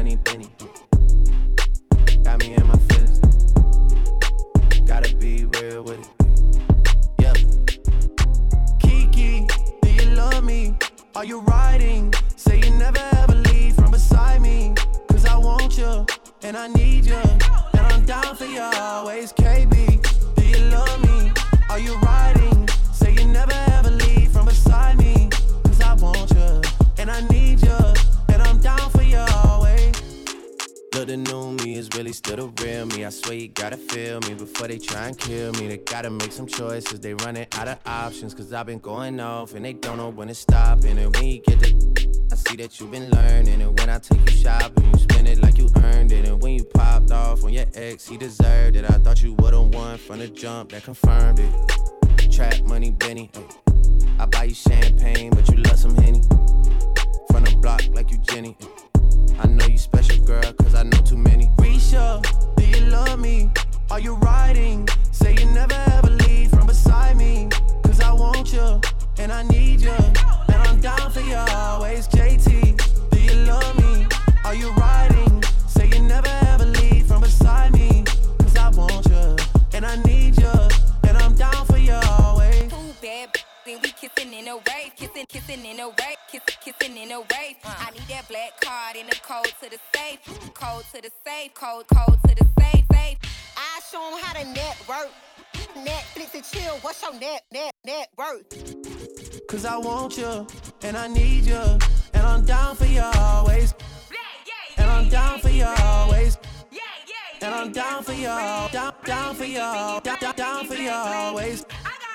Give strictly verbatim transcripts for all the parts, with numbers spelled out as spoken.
money, penny. Got me in my feelings. Gotta be real with it. Yeah. Kiki, do you love me? Are you riding? Say you never ever leave from beside me. Cause I want you, and I need you, and I'm down for you always. K B, do you love me? Are you riding? Say you never ever leave from beside me. Cause I want you, and I need you, and I'm down for you always. Look, the new me is really still the real me. I swear you gotta feel me before they try and kill me. They gotta make some choices, they running out of options. Cause I've been going off and they don't know when to stop. And then when you get the I see that you've been learning. And when I take you shopping, you spend it like you earned it. And when you popped off on your ex, he deserved it. I thought you would've won from the jump, that confirmed it. Trap money, Benny, ay. I buy you champagne, but you love some Henny. From the block like you Jenny, ay. I know you special, girl, cause I know too many. Risha, do you love me? Are you riding? Say you never ever leave from beside me. Cause I want you, and I need you, and I'm down for you always. J T, do you love me? Are you riding? Say you never ever leave from beside me. Cause I want you, and I need you, and I'm down for you always. Too bad, then we kissing in a wave, kissing, kissing in a wave, kissing, kissing in a wave. Uh. I need that black card in the code to the safe, code to the safe, code, code to the safe, safe. I show 'em how to network, Netflix and chill. What's your net, net, net worth? Cause I want you, and I need you, and I'm down for you always. And I'm down for you always. And I'm down for you, down, down for you, down, down, down for you always.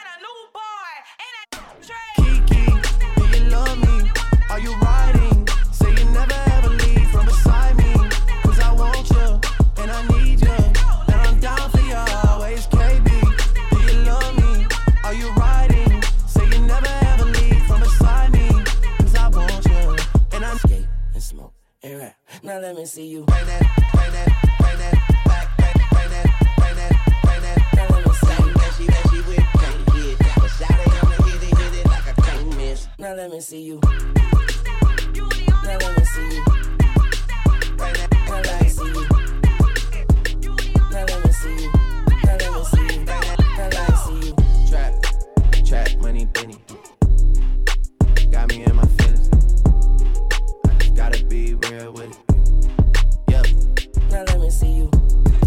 Kiki, do you love me? Are you riding? Say you never ever leave from beside me. Cause I want you, and I need you, and I'm down for you always. K B, do you love me? Are you riding? Say you never ever leave from beside me. Cause I want you, and I'm skate and smoke and rap. Now let me see you bring that, bring that, bring that back, bring bring that, bring that, bring that. Now let me see you that she, that she with can't get that. But shout it, I'ma hit it, hit it like I can't miss. Now let me see you. Now let me see you. Bring that, now let me see you. Now let me see you. Now let me see you. Bring that, now let me see you. Trap, trap money, Benny. Got me in my feelings. I just gotta be real with it. Yeah. Now let me see you.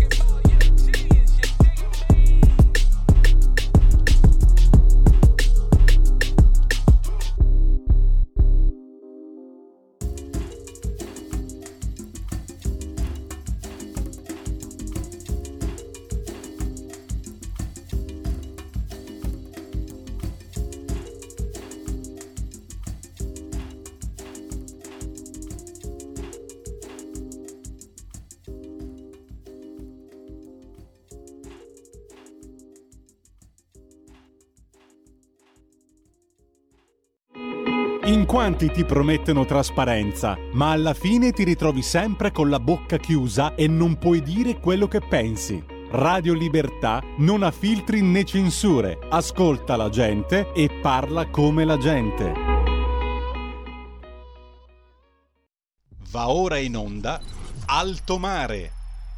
In quanti ti promettono trasparenza, ma alla fine ti ritrovi sempre con la bocca chiusa e non puoi dire quello che pensi. Radio Libertà non ha filtri né censure, ascolta la gente e parla come la gente. Va ora in onda Alto Mare.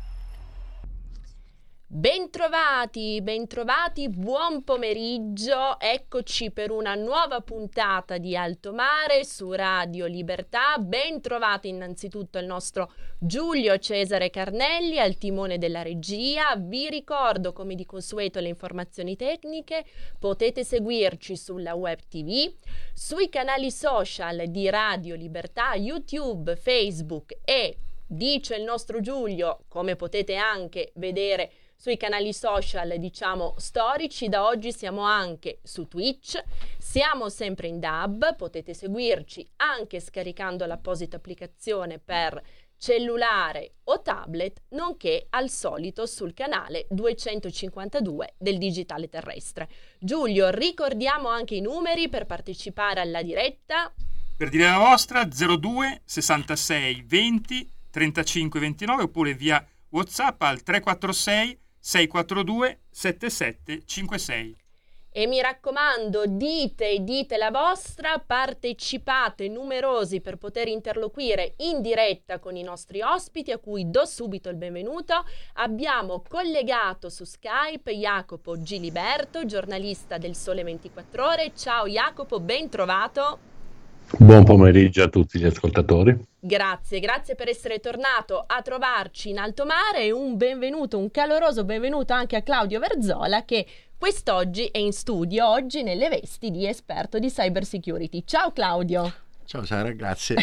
Bentrovati, bentrovati, buon pomeriggio, eccoci per una nuova puntata di Alto Mare su Radio Libertà. Bentrovati innanzitutto il nostro Giulio Cesare Carnelli al timone della regia. Vi ricordo come di consueto le informazioni tecniche, potete seguirci sulla web tv, sui canali social di Radio Libertà, YouTube, Facebook e, dice il nostro Giulio, come potete anche vedere sui canali social, diciamo, storici. Da oggi siamo anche su Twitch, siamo sempre in D A B, potete seguirci anche scaricando l'apposita applicazione per cellulare o tablet, nonché al solito sul canale duecentocinquantadue del Digitale Terrestre. Giulio, ricordiamo anche i numeri per partecipare alla diretta. Per dire la vostra, zero due sessantasei venti trentacinque ventinove oppure via WhatsApp al tre quattro sei sei quattro due sette sette cinque sei. E mi raccomando, dite, dite la vostra, partecipate numerosi per poter interloquire in diretta con i nostri ospiti, a cui do subito il benvenuto. Abbiamo collegato su Skype Jacopo Giliberto, giornalista del Sole ventiquattro Ore. Ciao Jacopo, ben trovato. Buon pomeriggio a tutti gli ascoltatori. Grazie, grazie per essere tornato a trovarci in alto mare e un benvenuto, un caloroso benvenuto anche a Claudio Verzola, che quest'oggi è in studio, oggi nelle vesti di esperto di cyber security. Ciao Claudio. Ciao Sara, grazie.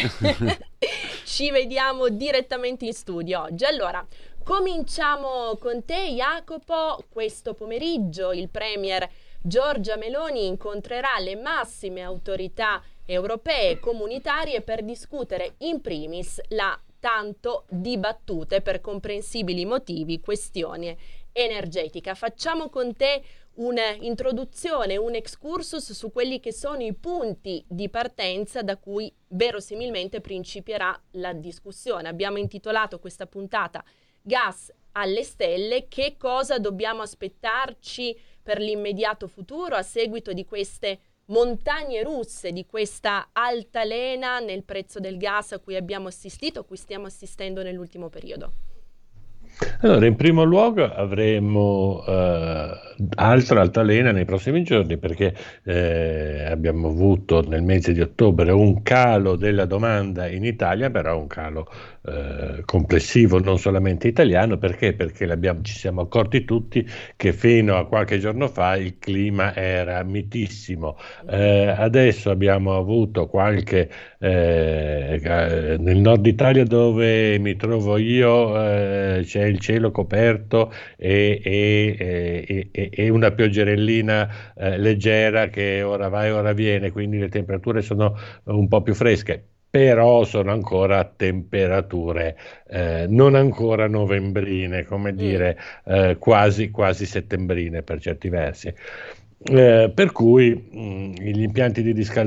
Ci vediamo direttamente in studio oggi. Allora, cominciamo con te Jacopo. Questo pomeriggio il premier Giorgia Meloni incontrerà le massime autorità europee e comunitarie per discutere in primis la tanto dibattute per comprensibili motivi questione energetica. Facciamo con te un'introduzione, un excursus su quelli che sono i punti di partenza da cui verosimilmente principierà la discussione. Abbiamo intitolato questa puntata Gas alle stelle. Che cosa dobbiamo aspettarci per l'immediato futuro a seguito di queste montagne russe, di questa altalena nel prezzo del gas a cui abbiamo assistito, a cui stiamo assistendo nell'ultimo periodo? Allora, in primo luogo avremo eh, altra altalena nei prossimi giorni, perché eh, abbiamo avuto nel mese di ottobre un calo della domanda in Italia, però un calo eh, complessivo, non solamente italiano. Perché? Perché l'abbiamo, ci siamo accorti tutti che fino a qualche giorno fa il clima era mitissimo. Eh, adesso abbiamo avuto qualche eh, nel nord Italia, dove mi trovo io, eh, c'è il cielo coperto e, e, e, e una pioggerellina eh, leggera che ora va e ora viene, quindi le temperature sono un po' più fresche, però sono ancora temperature eh, non ancora novembrine, come dire, eh, quasi, quasi settembrine per certi versi. Eh, per cui mh, gli impianti di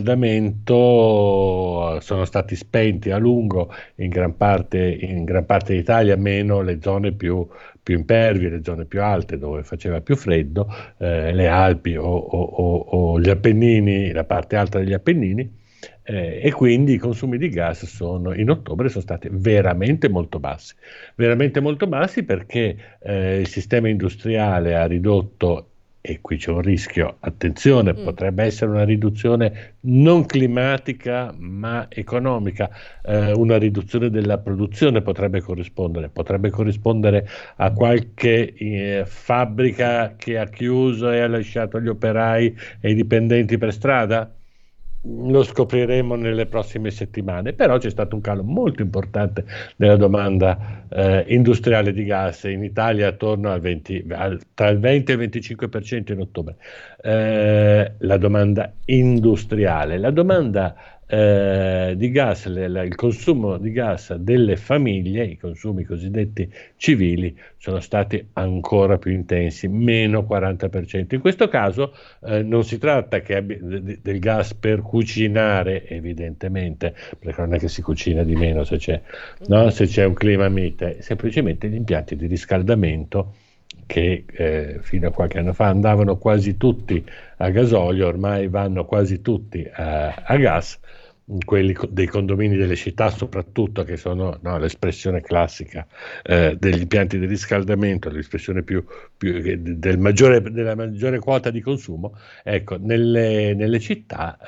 riscaldamento sono stati spenti a lungo in gran parte, in gran parte d'Italia, meno le zone più, più impervie, le zone più alte dove faceva più freddo, eh, le Alpi o, o, o, o gli Appennini, la parte alta degli Appennini. Eh, e quindi i consumi di gas sono, in ottobre sono stati veramente molto bassi, veramente molto bassi perché eh, il sistema industriale ha ridotto. E qui c'è un rischio, attenzione, mm. potrebbe essere una riduzione non climatica ma economica, eh, una riduzione della produzione potrebbe corrispondere, potrebbe corrispondere a qualche eh, fabbrica che ha chiuso e ha lasciato gli operai e i dipendenti per strada. Lo scopriremo nelle prossime settimane, però c'è stato un calo molto importante della domanda eh, industriale di gas in Italia, attorno al venti, al, tra il venti e il venticinque per cento in ottobre. Eh, la domanda industriale, la domanda eh, di gas, le, la, il consumo di gas delle famiglie, i consumi cosiddetti civili, sono stati ancora più intensi, meno quaranta per cento. In questo caso eh, non si tratta che abbi- de- del gas per cucinare, evidentemente, perché non è che si cucina di meno se c'è, no? Se c'è un clima mite, semplicemente gli impianti di riscaldamento che eh, fino a qualche anno fa andavano quasi tutti a gasolio, ormai vanno quasi tutti a, a gas. Quelli dei condomini delle città soprattutto, che sono no, l'espressione classica eh, degli impianti di riscaldamento, l'espressione più, più del maggiore, della maggiore quota di consumo. Ecco, nelle, nelle città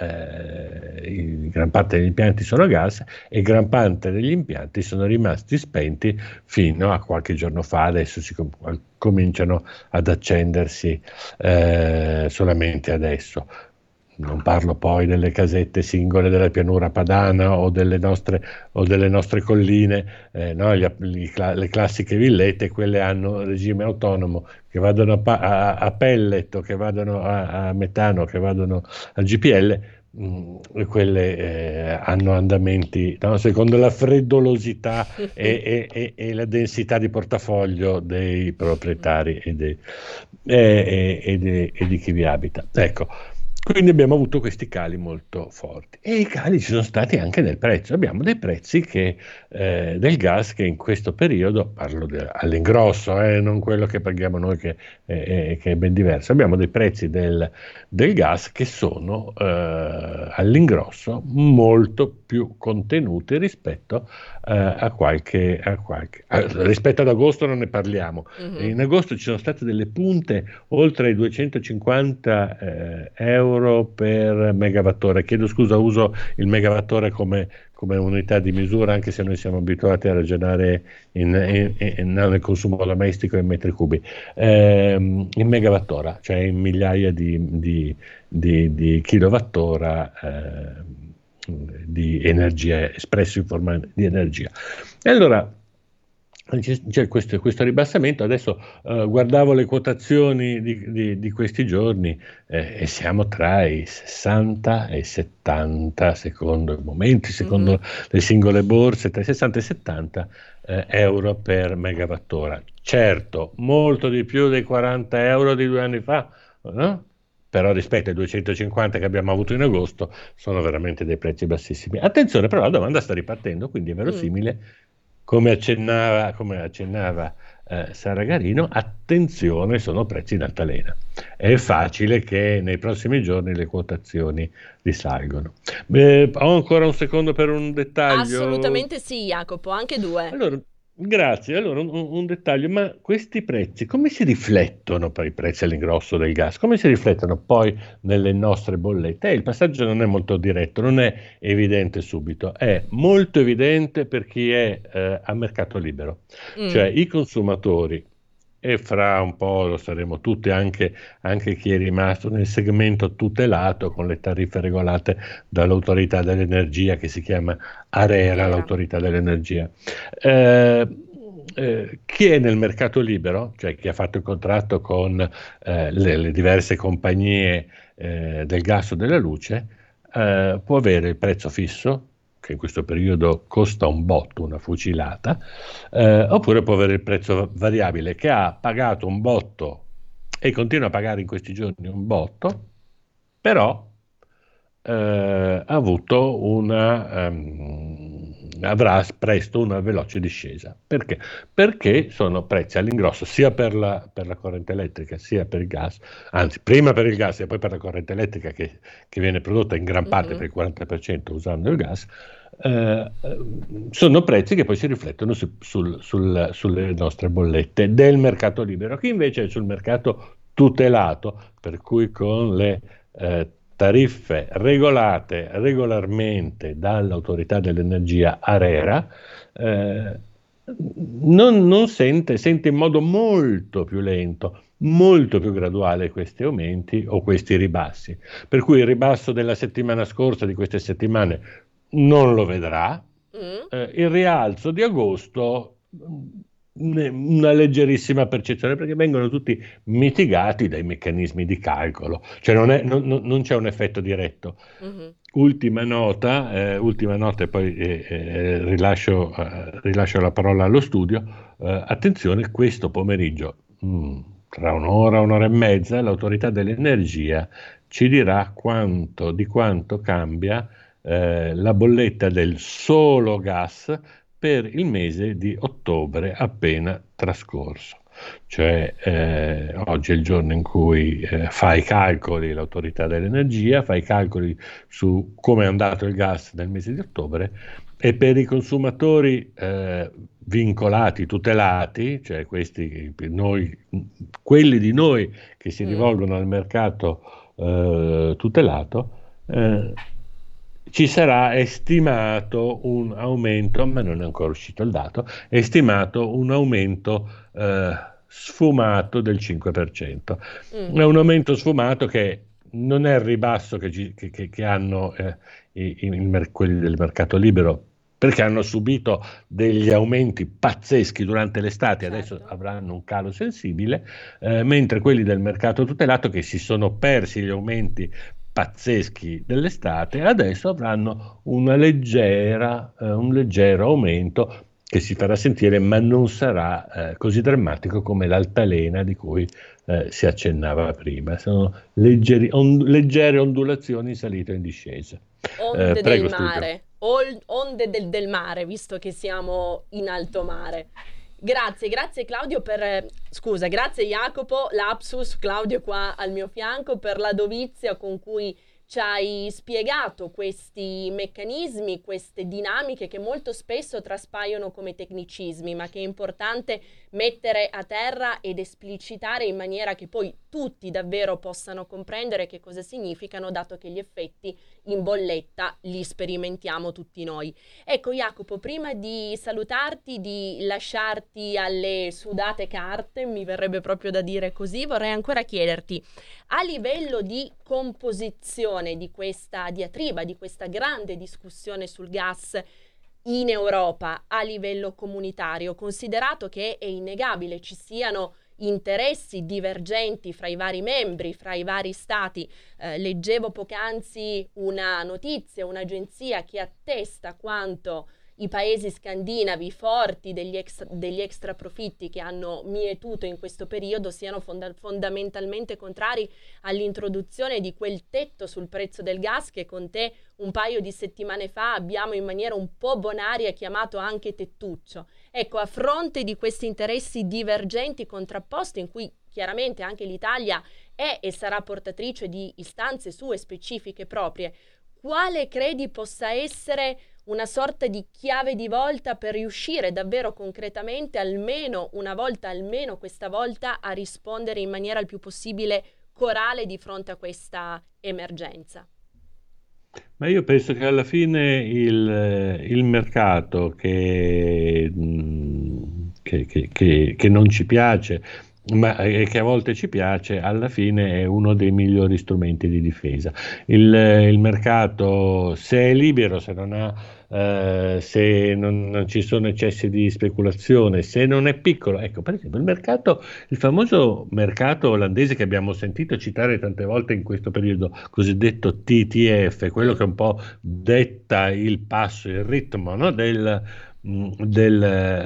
eh, gran parte degli impianti sono a gas e gran parte degli impianti sono rimasti spenti fino a qualche giorno fa. Adesso si com- cominciano ad accendersi eh, solamente adesso. Non parlo poi delle casette singole della pianura padana o delle nostre, o delle nostre colline, eh, no? Gli, gli, le classiche villette, quelle hanno regime autonomo, che vadano a, a, a pellet o che vadano a, a metano, che vadano a G P L, mh, e quelle eh, hanno andamenti no? secondo la freddolosità e, e, e, e la densità di portafoglio dei proprietari e, dei, e, e, e, de, e di chi vi abita. Ecco. Quindi abbiamo avuto questi cali molto forti e i cali ci sono stati anche nel prezzo. Abbiamo dei prezzi che, eh, del gas che in questo periodo, parlo de, all'ingrosso, eh, non quello che paghiamo noi che, eh, che è ben diverso, abbiamo dei prezzi del, del gas che sono eh, all'ingrosso molto più contenuti rispetto eh, a qualche, a qualche a, rispetto ad agosto non ne parliamo. Mm-hmm. In agosto ci sono state delle punte oltre ai duecentocinquanta eh, euro per megawattora. Chiedo scusa, uso il megawattora come, come unità di misura, anche se noi siamo abituati a ragionare in, in, in, nel consumo domestico in metri cubi. Eh, in megawattora, cioè in migliaia di, di, di, di kilowattora eh, di energia, espresso in forma di energia. E allora c'è questo, questo ribassamento. Adesso uh, guardavo le quotazioni di, di, di questi giorni eh, e siamo tra i sessanta e i settanta secondo i momenti, secondo mm-hmm. le singole borse, tra i sessanta e i settanta eh, euro per megawattora. Certo, molto di più dei quaranta euro di due anni fa, no? Però rispetto ai duecentocinquanta che abbiamo avuto in agosto sono veramente dei prezzi bassissimi. Attenzione, però la domanda sta ripartendo, quindi è verosimile mm. Come accennava, come accennava eh, Sara Garino, attenzione, sono prezzi in altalena. È facile che nei prossimi giorni le quotazioni risalgono. Eh, ho ancora un secondo per un dettaglio? Assolutamente sì, Jacopo, anche due. Allora, grazie. Allora, un, un dettaglio, ma questi prezzi come si riflettono per i prezzi all'ingrosso del gas? Come si riflettono poi nelle nostre bollette? Eh, il passaggio non è molto diretto, non è evidente subito, è molto evidente per chi è eh, a mercato libero, mm. cioè i consumatori, e fra un po' lo saremo tutti, anche, anche chi è rimasto nel segmento tutelato con le tariffe regolate dall'autorità dell'energia che si chiama ARERA, yeah. l'autorità dell'energia. Eh, eh, chi è nel mercato libero, cioè chi ha fatto il contratto con eh, le, le diverse compagnie eh, del gas o della luce, eh, può avere il prezzo fisso, che in questo periodo costa un botto, una fucilata, eh, oppure può avere il prezzo variabile, che ha pagato un botto e continua a pagare in questi giorni un botto, però eh, ha avuto una um, avrà presto una veloce discesa. Perché? Perché sono prezzi all'ingrosso sia per la, per la corrente elettrica sia per il gas, anzi prima per il gas e poi per la corrente elettrica che, che viene prodotta in gran parte mm-hmm. per il quaranta per cento usando il gas. Eh, sono prezzi che poi si riflettono su, sul, sul, sulle nostre bollette del mercato libero. Chi invece è sul mercato tutelato, per cui con le eh, tariffe regolate regolarmente dall'autorità dell'energia ARERA, eh, non, non sente, sente in modo molto più lento, molto più graduale questi aumenti o questi ribassi. Per cui il ribasso della settimana scorsa, di queste settimane, non lo vedrà. Mm. Eh, il rialzo di agosto, una leggerissima percezione, perché vengono tutti mitigati dai meccanismi di calcolo, cioè non, è, non, non c'è un effetto diretto. Mm-hmm. Ultima nota, eh, ultima nota e poi eh, eh, rilascio, eh, rilascio la parola allo studio. Eh, attenzione, questo pomeriggio, mh, tra un'ora, un'ora e mezza, l'autorità dell'energia ci dirà quanto, di quanto cambia eh, la bolletta del solo gas per il mese di ottobre appena trascorso. Cioè eh, oggi è il giorno in cui eh, fa i calcoli l'autorità dell'energia, fa i calcoli su come è andato il gas nel mese di ottobre, e per i consumatori eh, vincolati, tutelati, cioè questi noi, quelli di noi che si rivolgono al mercato eh, tutelato, eh, ci sarà estimato un aumento, ma non è ancora uscito il dato, è stimato un aumento eh, sfumato del cinque per cento. Mm. È un aumento sfumato che non è il ribasso che, ci, che, che, che hanno eh, i, i, quelli del mercato libero, perché hanno subito degli aumenti pazzeschi durante l'estate, certo. Adesso avranno un calo sensibile, eh, mentre quelli del mercato tutelato, che si sono persi gli aumenti pazzeschi dell'estate, adesso avranno una leggera, eh, un leggero aumento che si farà sentire, ma non sarà eh, così drammatico come l'altalena di cui eh, si accennava prima. Sono leggeri, on, leggere ondulazioni in salita e in discesa. Onde Eh, prego, del mare, Ol- onde del, del mare, visto che siamo in alto mare. Grazie, grazie Claudio per, eh, scusa, grazie Jacopo, lapsus, Claudio qua al mio fianco, per la dovizia con cui ci hai spiegato questi meccanismi, queste dinamiche che molto spesso traspaiono come tecnicismi, ma che è importante mettere a terra ed esplicitare in maniera che poi tutti davvero possano comprendere che cosa significano, dato che gli effetti in bolletta li sperimentiamo tutti noi. Ecco Jacopo, prima di salutarti, di lasciarti alle sudate carte, mi verrebbe proprio da dire così, vorrei ancora chiederti, a livello di composizione di questa diatriba, di questa grande discussione sul gas in Europa a livello comunitario, considerato che è innegabile ci siano interessi divergenti fra i vari membri, fra i vari stati. Eh, leggevo poc'anzi una notizia, un'agenzia che attesta quanto i paesi scandinavi forti degli, ex, degli extra profitti che hanno mietuto in questo periodo siano fonda- fondamentalmente contrari all'introduzione di quel tetto sul prezzo del gas che con te un paio di settimane fa abbiamo in maniera un po' bonaria chiamato anche tettuccio. Ecco, a fronte di questi interessi divergenti, contrapposti, in cui chiaramente anche l'Italia è e sarà portatrice di istanze sue specifiche proprie, quale credi possa essere una sorta di chiave di volta per riuscire davvero concretamente, almeno una volta, almeno questa volta, a rispondere in maniera il più possibile corale di fronte a questa emergenza? Ma io penso che alla fine il, il mercato che, che, che, che, che non ci piace, ma che a volte ci piace, alla fine è uno dei migliori strumenti di difesa. Il, il mercato, se è libero, se non ha Uh, se non, non ci sono eccessi di speculazione, se non è piccolo, ecco, per esempio il mercato, il famoso mercato olandese che abbiamo sentito citare tante volte in questo periodo, cosiddetto T T F, quello che un po' detta il passo, il ritmo, no, del, del,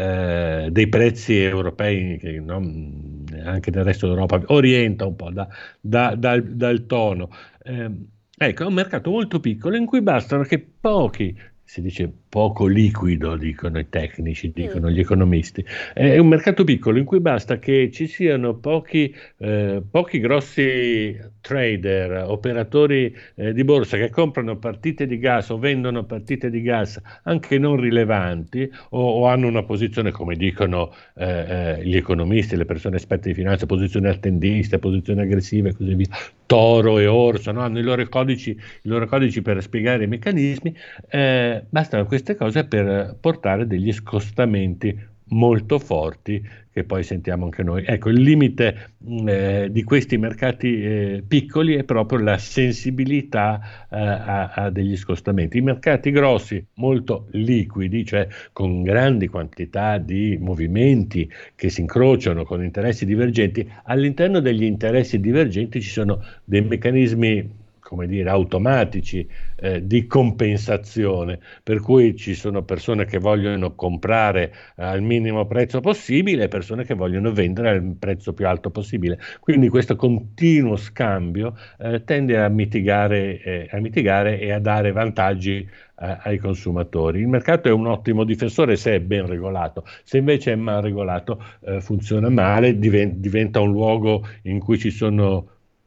eh, dei prezzi europei, che, no, anche del resto d'Europa, orienta un po' da, da, dal, dal tono. Eh, ecco, è un mercato molto piccolo in cui bastano che pochi, si dice poco liquido, dicono i tecnici, dicono gli economisti. È un mercato piccolo in cui basta che ci siano pochi, eh, pochi grossi trader, operatori eh, di borsa che comprano partite di gas o vendono partite di gas anche non rilevanti o, o hanno una posizione, come dicono eh, eh, gli economisti, le persone esperte di finanza, posizioni attendiste, posizioni aggressive e così via, toro e orso, no? Hanno i loro codici, i loro codici per spiegare i meccanismi. Eh, bastano queste cose per portare degli scostamenti molto forti che poi sentiamo anche noi. Ecco, il limite eh, di questi mercati eh, piccoli è proprio la sensibilità eh, a, a degli scostamenti. I mercati grossi, molto liquidi, cioè con grandi quantità di movimenti che si incrociano con interessi divergenti, all'interno degli interessi divergenti ci sono dei meccanismi, come dire, automatici eh, di compensazione, per cui ci sono persone che vogliono comprare eh, al minimo prezzo possibile e persone che vogliono vendere al prezzo più alto possibile. Quindi questo continuo scambio eh, tende a mitigare, eh, a mitigare e a dare vantaggi eh, ai consumatori. Il mercato è un ottimo difensore se è ben regolato, se invece è mal regolato eh, funziona male, diven- diventa un luogo in cui ci sono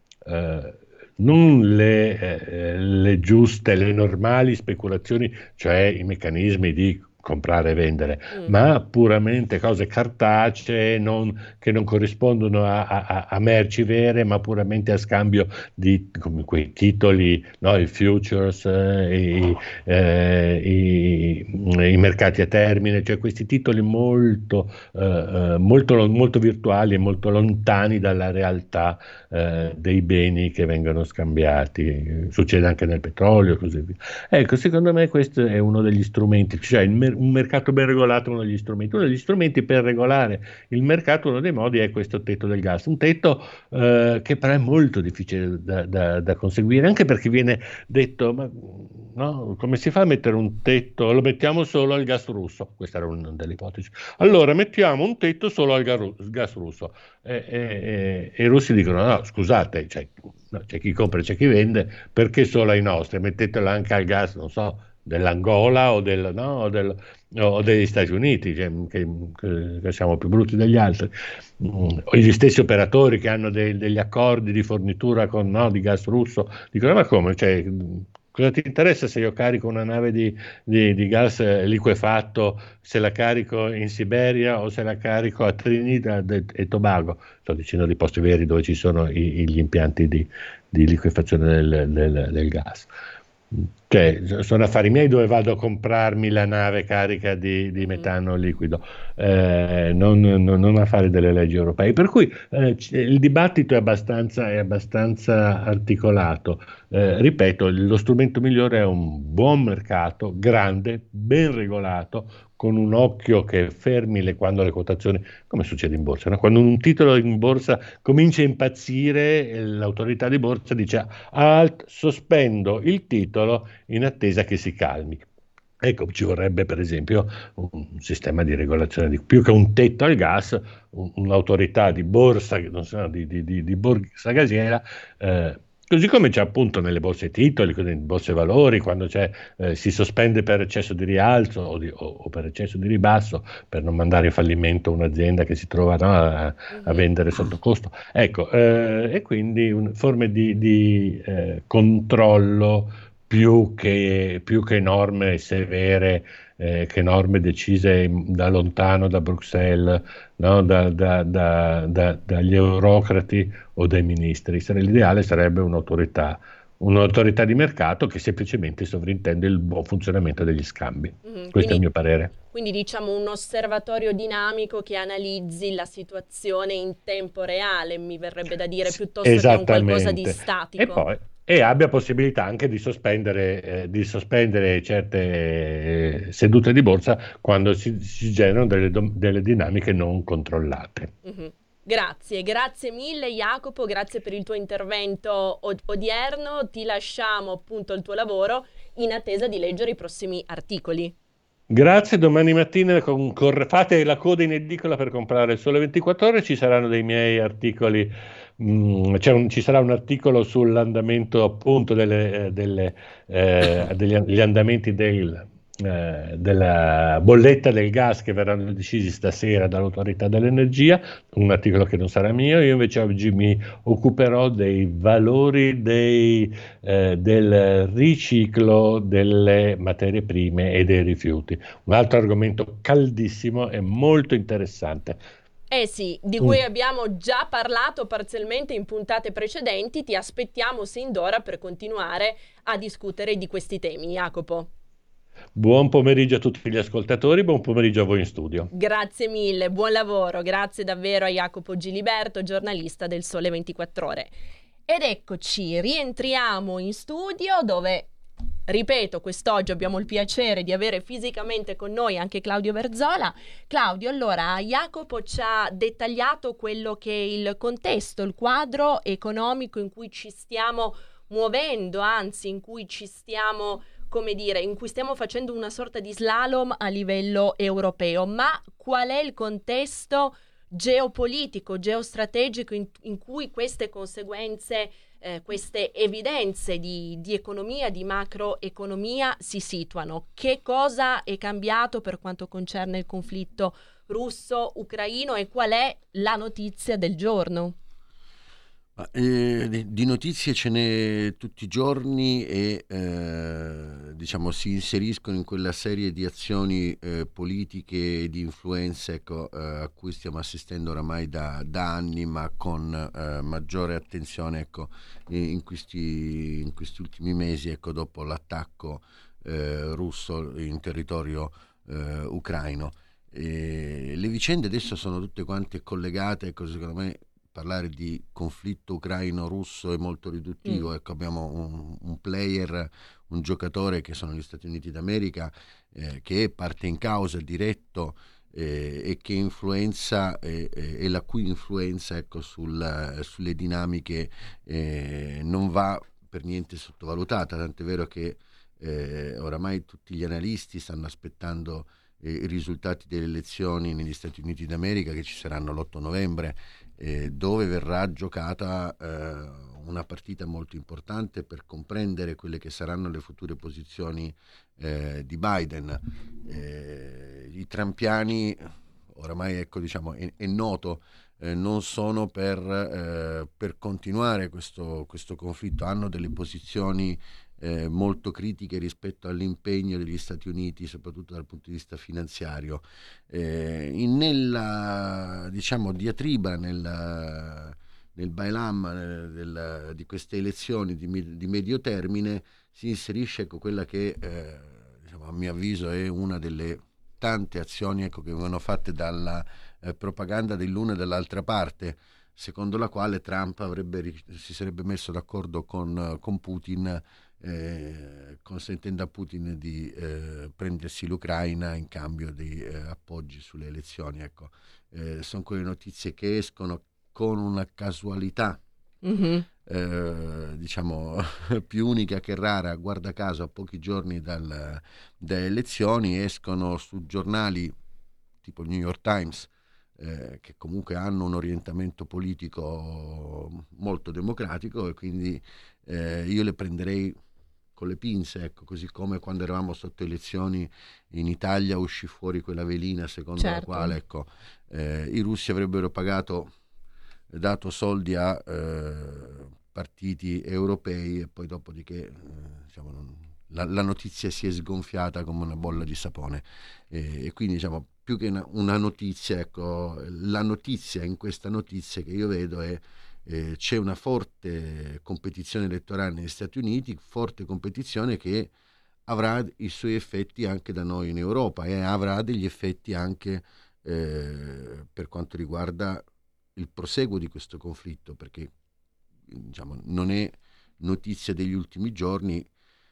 eh, non le, eh, le giuste, le normali speculazioni, cioè i meccanismi di comprare e vendere, mm. ma puramente cose cartacee non, che non corrispondono a, a, a merci vere, ma puramente a scambio di come quei titoli, no? I futures, eh, i, eh, i, i mercati a termine, cioè questi titoli molto, eh, molto, molto virtuali e molto lontani dalla realtà eh, dei beni che vengono scambiati. Succede anche nel petrolio e così via. Ecco, secondo me questo è uno degli strumenti, cioè il mer- mer- un mercato ben regolato è uno degli strumenti. Uno degli strumenti per regolare il mercato, uno dei modi è questo tetto del gas, un tetto eh, che però è molto difficile da, da, da conseguire, anche perché viene detto, ma no, come si fa a mettere un tetto? Lo mettiamo solo al gas russo, questa era una delle ipotesi. Allora mettiamo un tetto solo al ga- gas russo. E, e, e, e i russi dicono, no, scusate, c'è, no, c'è chi compra e c'è chi vende, perché solo ai nostri? Mettetelo anche al gas, non so, dell'Angola o, del, no, o, del, o degli Stati Uniti, cioè, che, che, che siamo più brutti degli altri, mm, o gli stessi operatori che hanno dei, degli accordi di fornitura con, no, di gas russo, dicono, ma come? Cioè, cosa ti interessa se io carico una nave di, di, di gas liquefatto, se la carico in Siberia o se la carico a Trinidad e Tobago? Sto dicendo di posti veri dove ci sono i, gli impianti di, di liquefazione del, del, del gas. Cioè, sono affari miei dove vado a comprarmi la nave carica di, di metano liquido, eh, non, non, non affari delle leggi europee. Per cui eh, il dibattito è abbastanza, è abbastanza articolato. Eh, ripeto, lo strumento migliore è un buon mercato, grande, ben regolato, con un occhio che fermi le, quando le quotazioni, come succede in borsa, no? Quando un titolo in borsa comincia a impazzire, l'autorità di borsa dice alt, sospendo il titolo in attesa che si calmi. Ecco, ci vorrebbe per esempio un sistema di regolazione, di, più che un tetto al gas, un, un'autorità di borsa, non so, di, di, di, di borsa gasiera, eh, così come c'è appunto nelle borse titoli, nelle borse valori, quando c'è, eh, si sospende per eccesso di rialzo o, di, o, o per eccesso di ribasso, per non mandare in fallimento un'azienda che si trova, no, a, a vendere sotto costo. Ecco, eh, e quindi un, forme di, di eh, controllo più che, più che norme severe, eh, che norme decise da lontano da Bruxelles, no? da, da, da, da, dagli eurocrati o dai ministri. L'ideale sarebbe un'autorità, un'autorità di mercato che semplicemente sovrintende il buon funzionamento degli scambi. Mm-hmm. Questo quindi, è il mio parere. Quindi diciamo un osservatorio dinamico che analizzi la situazione in tempo reale, mi verrebbe da dire, piuttosto che un qualcosa di statico. E poi e abbia possibilità anche di sospendere, eh, di sospendere certe eh, sedute di borsa quando si, si generano delle, delle dinamiche non controllate. Mm-hmm. Grazie, grazie mille Jacopo, grazie per il tuo intervento od- odierno, ti lasciamo appunto il tuo lavoro in attesa di leggere i prossimi articoli. Grazie, domani mattina con, con, fate la coda in edicola per comprare il Sole ventiquattro Ore, ci saranno dei miei articoli, mh, c'è un, ci sarà un articolo sull'andamento appunto delle, delle, eh, degli, degli andamenti del, eh, della bolletta del gas che verranno decisi stasera dall'autorità dell'energia, un articolo che non sarà mio. Io invece oggi mi occuperò dei valori dei, eh, del riciclo delle materie prime e dei rifiuti, un altro argomento caldissimo e molto interessante. Eh sì, di cui mm. abbiamo già parlato parzialmente in puntate precedenti. Ti aspettiamo sin d'ora per continuare a discutere di questi temi, Jacopo. Buon pomeriggio a tutti gli ascoltatori, buon pomeriggio a voi in studio. Grazie mille, buon lavoro, grazie davvero a Jacopo Giliberto, giornalista del Sole ventiquattro Ore. Ed eccoci, rientriamo in studio dove, ripeto, quest'oggi abbiamo il piacere di avere fisicamente con noi anche Claudio Verzola. Claudio, allora, Jacopo ci ha dettagliato quello che è il contesto, il quadro economico in cui ci stiamo muovendo, anzi in cui ci stiamo, come dire, in cui stiamo facendo una sorta di slalom a livello europeo. Ma qual è il contesto geopolitico, geostrategico in, in cui queste conseguenze, eh, queste evidenze di, di economia, di macroeconomia si situano? Che cosa è cambiato per quanto concerne il conflitto russo-ucraino e qual è la notizia del giorno? Eh, di notizie ce n'è tutti i giorni e eh, diciamo si inseriscono in quella serie di azioni eh, politiche e di influenze, ecco, eh, a cui stiamo assistendo oramai da, da anni, ma con eh, maggiore attenzione, ecco, in questi, in questi ultimi mesi, ecco, dopo l'attacco eh, russo in territorio eh, ucraino. E le vicende adesso sono tutte quante collegate, ecco, secondo me parlare di conflitto ucraino-russo è molto riduttivo. Mm. Ecco, abbiamo un, un player, un giocatore che sono gli Stati Uniti d'America, eh, che è parte in causa diretto eh, e che influenza eh, eh, e la cui influenza, ecco, sul, sulle dinamiche eh, non va per niente sottovalutata, tant'è vero che eh, oramai tutti gli analisti stanno aspettando eh, i risultati delle elezioni negli Stati Uniti d'America, che ci saranno l'otto novembre, eh, dove verrà giocata eh, una partita molto importante per comprendere quelle che saranno le future posizioni eh, di Biden. Eh, i trampiani, oramai, ecco, diciamo, è, è noto, eh, non sono per, eh, per continuare questo, questo conflitto, hanno delle posizioni eh, molto critiche rispetto all'impegno degli Stati Uniti, soprattutto dal punto di vista finanziario. Eh, in, nella, diciamo, diatriba, nella, nel bailam eh, del, di queste elezioni di, di medio termine si inserisce, ecco, quella che eh, diciamo, a mio avviso è una delle tante azioni, ecco, che vengono fatte dalla eh, propaganda dell'una e dall'altra parte, secondo la quale Trump avrebbe, si sarebbe messo d'accordo con, con Putin, eh, consentendo a Putin di eh, prendersi l'Ucraina in cambio di eh, appoggi sulle elezioni. Ecco, eh, sono quelle notizie che escono con una casualità mm-hmm. eh, diciamo più unica che rara, guarda caso a pochi giorni dal, dalle elezioni, escono su giornali tipo il New York Times, eh, che comunque hanno un orientamento politico molto democratico, e quindi eh, io le prenderei con le pinze, ecco, così come quando eravamo sotto elezioni in Italia uscì fuori quella velina secondo certo. la quale, ecco, eh, i russi avrebbero pagato dato soldi a eh, partiti europei, e poi dopodiché eh, diciamo, non, la, la notizia si è sgonfiata come una bolla di sapone, e, e quindi, diciamo, più che una, una notizia, ecco, la notizia in questa notizia che io vedo è eh, c'è una forte competizione elettorale negli Stati Uniti, forte competizione che avrà i suoi effetti anche da noi in Europa, e avrà degli effetti anche eh, per quanto riguarda il proseguo di questo conflitto, perché, diciamo, non è notizia degli ultimi giorni,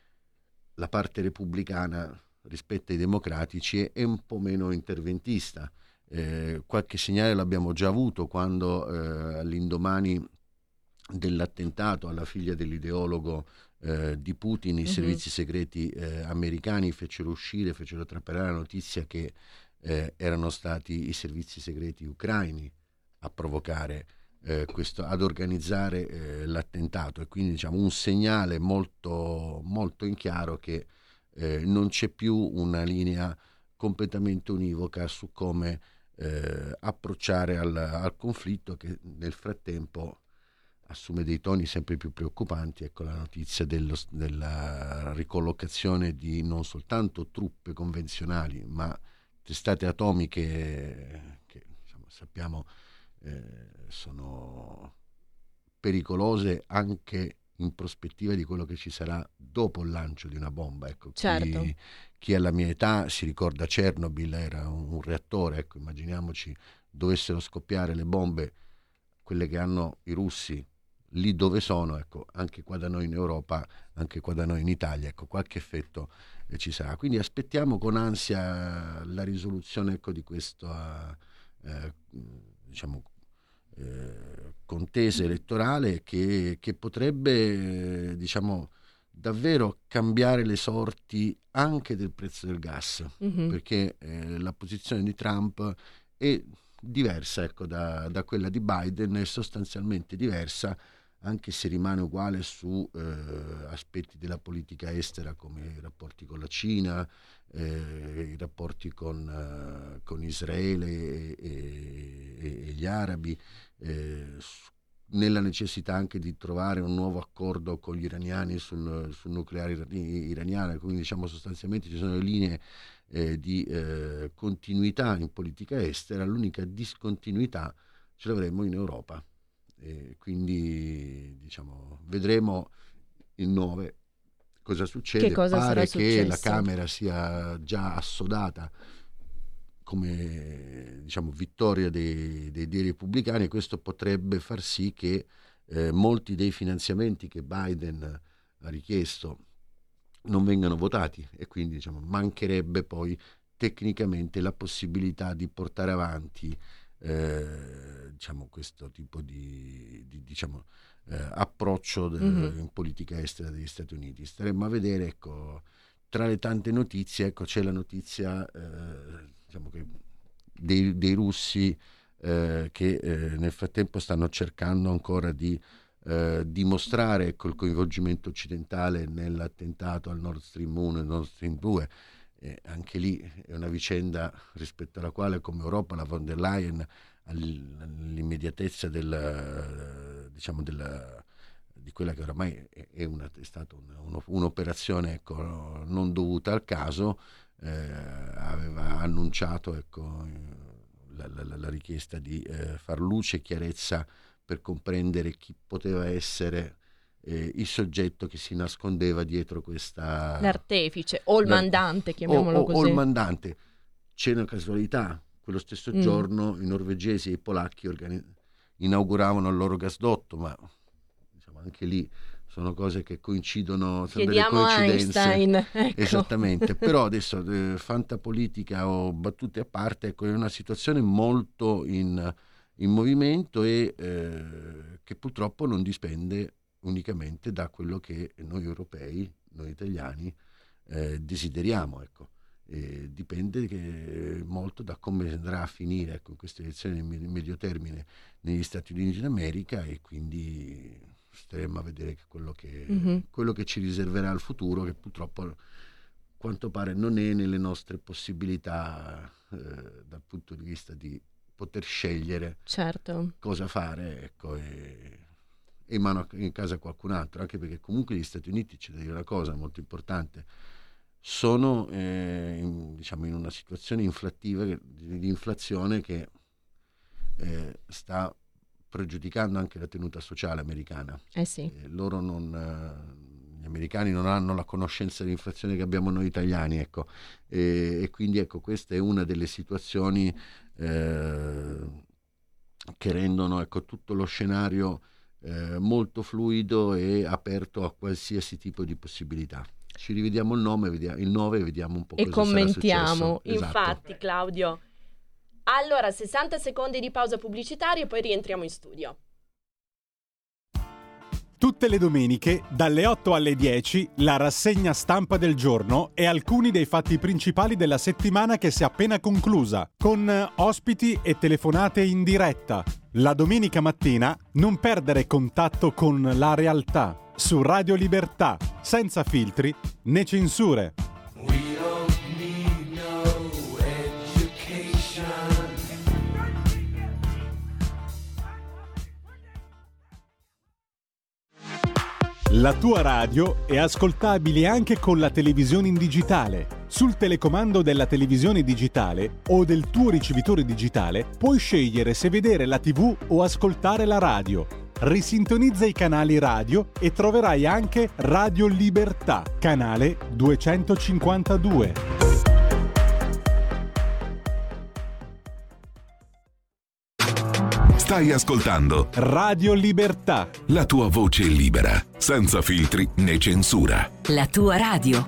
la parte repubblicana rispetto ai democratici è un po' meno interventista. Eh, qualche segnale l'abbiamo già avuto quando eh, all'indomani dell'attentato alla figlia dell'ideologo eh, di Putin, i mm-hmm. servizi segreti eh, americani fecero uscire, fecero trapelare la notizia che eh, erano stati i servizi segreti ucraini a provocare eh, questo, ad organizzare eh, l'attentato, e quindi, diciamo, un segnale molto, molto in chiaro che eh, non c'è più una linea completamente univoca su come eh, approcciare al, al conflitto, che nel frattempo assume dei toni sempre più preoccupanti. Ecco, la notizia dello, della ricollocazione di non soltanto truppe convenzionali, ma testate atomiche che, diciamo, sappiamo Eh, sono pericolose anche in prospettiva di quello che ci sarà dopo il lancio di una bomba. Ecco, certo. chi, chi alla mia età si ricorda Chernobyl, era un, un reattore, ecco, immaginiamoci dovessero scoppiare le bombe, quelle che hanno i russi lì dove sono, ecco, anche qua da noi in Europa, anche qua da noi in Italia, ecco, qualche effetto eh, ci sarà. Quindi aspettiamo con ansia la risoluzione, ecco, di questo eh, diciamo Eh, contesa elettorale che, che potrebbe eh, diciamo davvero cambiare le sorti anche del prezzo del gas, mm-hmm. perché eh, la posizione di Trump è diversa, ecco, da, da quella di Biden, è sostanzialmente diversa, anche se rimane uguale su eh, aspetti della politica estera come i rapporti con la Cina, eh, i rapporti con, uh, con Israele e, e, e gli arabi, eh, nella necessità anche di trovare un nuovo accordo con gli iraniani sul, sul nucleare iraniano. Quindi, diciamo, sostanzialmente ci sono le linee eh, di eh, continuità in politica estera, l'unica discontinuità ce l'avremo in Europa. E quindi, diciamo, vedremo il nove cosa succede. Che cosa Pare sarà che successo? La Camera sia già assodata come, diciamo, vittoria dei, dei, dei repubblicani, e questo potrebbe far sì che eh, molti dei finanziamenti che Biden ha richiesto non vengano votati, e quindi diciamo, mancherebbe poi tecnicamente la possibilità di portare avanti eh, diciamo, questo tipo di, di diciamo, eh, approccio de, mm-hmm. in politica estera degli Stati Uniti. Staremmo a vedere, ecco, tra le tante notizie, ecco, c'è la notizia eh, diciamo che dei, dei russi eh, che eh, nel frattempo stanno cercando ancora di eh, dimostrare, ecco, il coinvolgimento occidentale nell'attentato al Nord Stream uno e Nord Stream due. Eh, anche lì è una vicenda rispetto alla quale, come Europa, la von der Leyen, all'immediatezza del, diciamo della, di quella che oramai è, è, una, è stata un, uno, un'operazione, ecco, non dovuta al caso, eh, aveva annunciato, ecco, la, la, la richiesta di eh, far luce e chiarezza per comprendere chi poteva essere Eh, il soggetto che si nascondeva dietro questa... L'artefice o il mandante, chiamiamolo o, o, così. O il mandante. C'è una casualità, quello stesso mm. giorno i norvegesi e i polacchi organi- inauguravano il loro gasdotto, ma diciamo, anche lì sono cose che coincidono, sono Chiediamo delle coincidenze. Einstein, ecco. Esattamente, però adesso eh, fantapolitica o battute a parte, ecco, è una situazione molto in, in movimento e eh, che purtroppo non dispende unicamente da quello che noi europei, noi italiani eh, desideriamo, ecco. E dipende che, molto da come andrà a finire, ecco, queste elezioni in medio termine negli Stati Uniti d'America, e quindi staremo a vedere che quello che, mm-hmm. quello che ci riserverà il futuro, che purtroppo a quanto pare non è nelle nostre possibilità eh, dal punto di vista di poter scegliere certo. cosa fare, ecco, e in mano in casa a qualcun altro, anche perché comunque gli Stati Uniti, c'è da dire una cosa molto importante, sono eh, in, diciamo in una situazione inflattiva, di inflazione che eh, sta pregiudicando anche la tenuta sociale americana. Eh sì. Eh, loro non, eh, gli americani non hanno la conoscenza dell'inflazione che abbiamo noi italiani, ecco, e, e quindi ecco, questa è una delle situazioni eh, che rendono, ecco, tutto lo scenario Eh, molto fluido e aperto a qualsiasi tipo di possibilità. Ci rivediamo il nome, vediamo, il nove e vediamo un po' e cosa commentiamo. Sarà successo. Infatti, esatto. Claudio. Allora, sessanta secondi di pausa pubblicitaria e poi rientriamo in studio. Tutte le domeniche, dalle otto alle dieci, la rassegna stampa del giorno e alcuni dei fatti principali della settimana che si è appena conclusa, con ospiti e telefonate in diretta. La domenica mattina non perdere contatto con la realtà, su Radio Libertà, senza filtri né censure. La tua radio è ascoltabile anche con la televisione in digitale. Sul telecomando della televisione digitale o del tuo ricevitore digitale puoi scegliere se vedere la tivù o ascoltare la radio. Risintonizza i canali radio e troverai anche Radio Libertà, canale duecentocinquantadue. Stai ascoltando Radio Libertà, la tua voce libera, senza filtri né censura. La tua radio.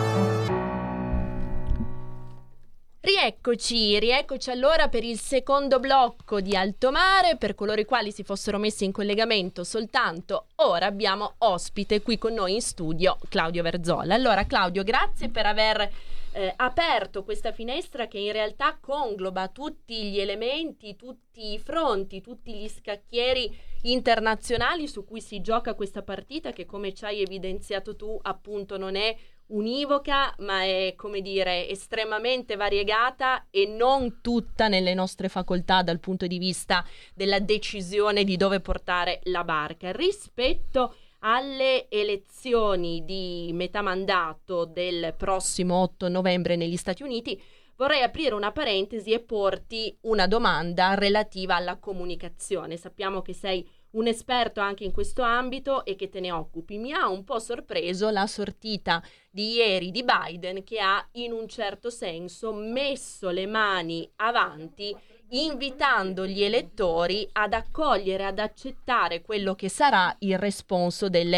Rieccoci, rieccoci allora per il secondo blocco di Alto Mare. Per coloro i quali si fossero messi in collegamento soltanto ora, abbiamo ospite qui con noi in studio Claudio Verzolla. Allora Claudio, grazie per aver eh, aperto questa finestra che in realtà congloba tutti gli elementi, tutti i fronti, tutti gli scacchieri internazionali su cui si gioca questa partita, che, come ci hai evidenziato tu, appunto non è univoca, ma è, come dire, estremamente variegata e non tutta nelle nostre facoltà dal punto di vista della decisione di dove portare la barca. Rispetto alle elezioni di metà mandato del prossimo otto novembre negli Stati Uniti, vorrei aprire una parentesi e porti una domanda relativa alla comunicazione. Sappiamo che sei un esperto anche in questo ambito e che te ne occupi. Mi ha un po' sorpreso la sortita di ieri di Biden, che ha in un certo senso messo le mani avanti, invitando gli elettori ad accogliere, ad accettare quello che sarà il responso delle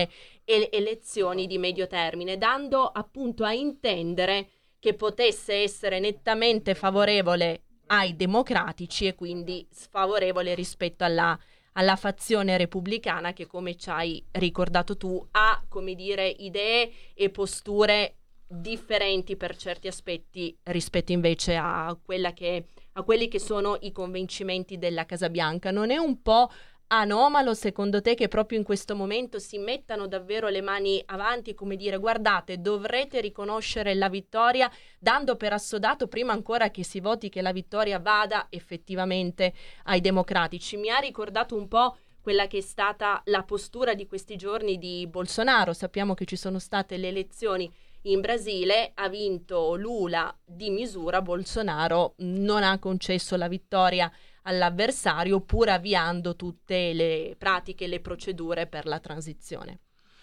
e elezioni di medio termine, dando appunto a intendere che potesse essere nettamente favorevole ai democratici e quindi sfavorevole rispetto alla, alla fazione repubblicana che, come ci hai ricordato tu, ha, come dire, idee e posture differenti per certi aspetti rispetto invece a quella che a quelli che sono i convincimenti della Casa Bianca. Non è un po' anomalo secondo te che proprio in questo momento si mettano davvero le mani avanti e come dire guardate, dovrete riconoscere la vittoria, dando per assodato prima ancora che si voti che la vittoria vada effettivamente ai democratici? Mi ha ricordato un po' quella che è stata la postura di questi giorni di Bolsonaro. Sappiamo che ci sono state le elezioni in Brasile, ha vinto Lula di misura, Bolsonaro non ha concesso la vittoria all'avversario pur avviando tutte le pratiche e le procedure per la transizione.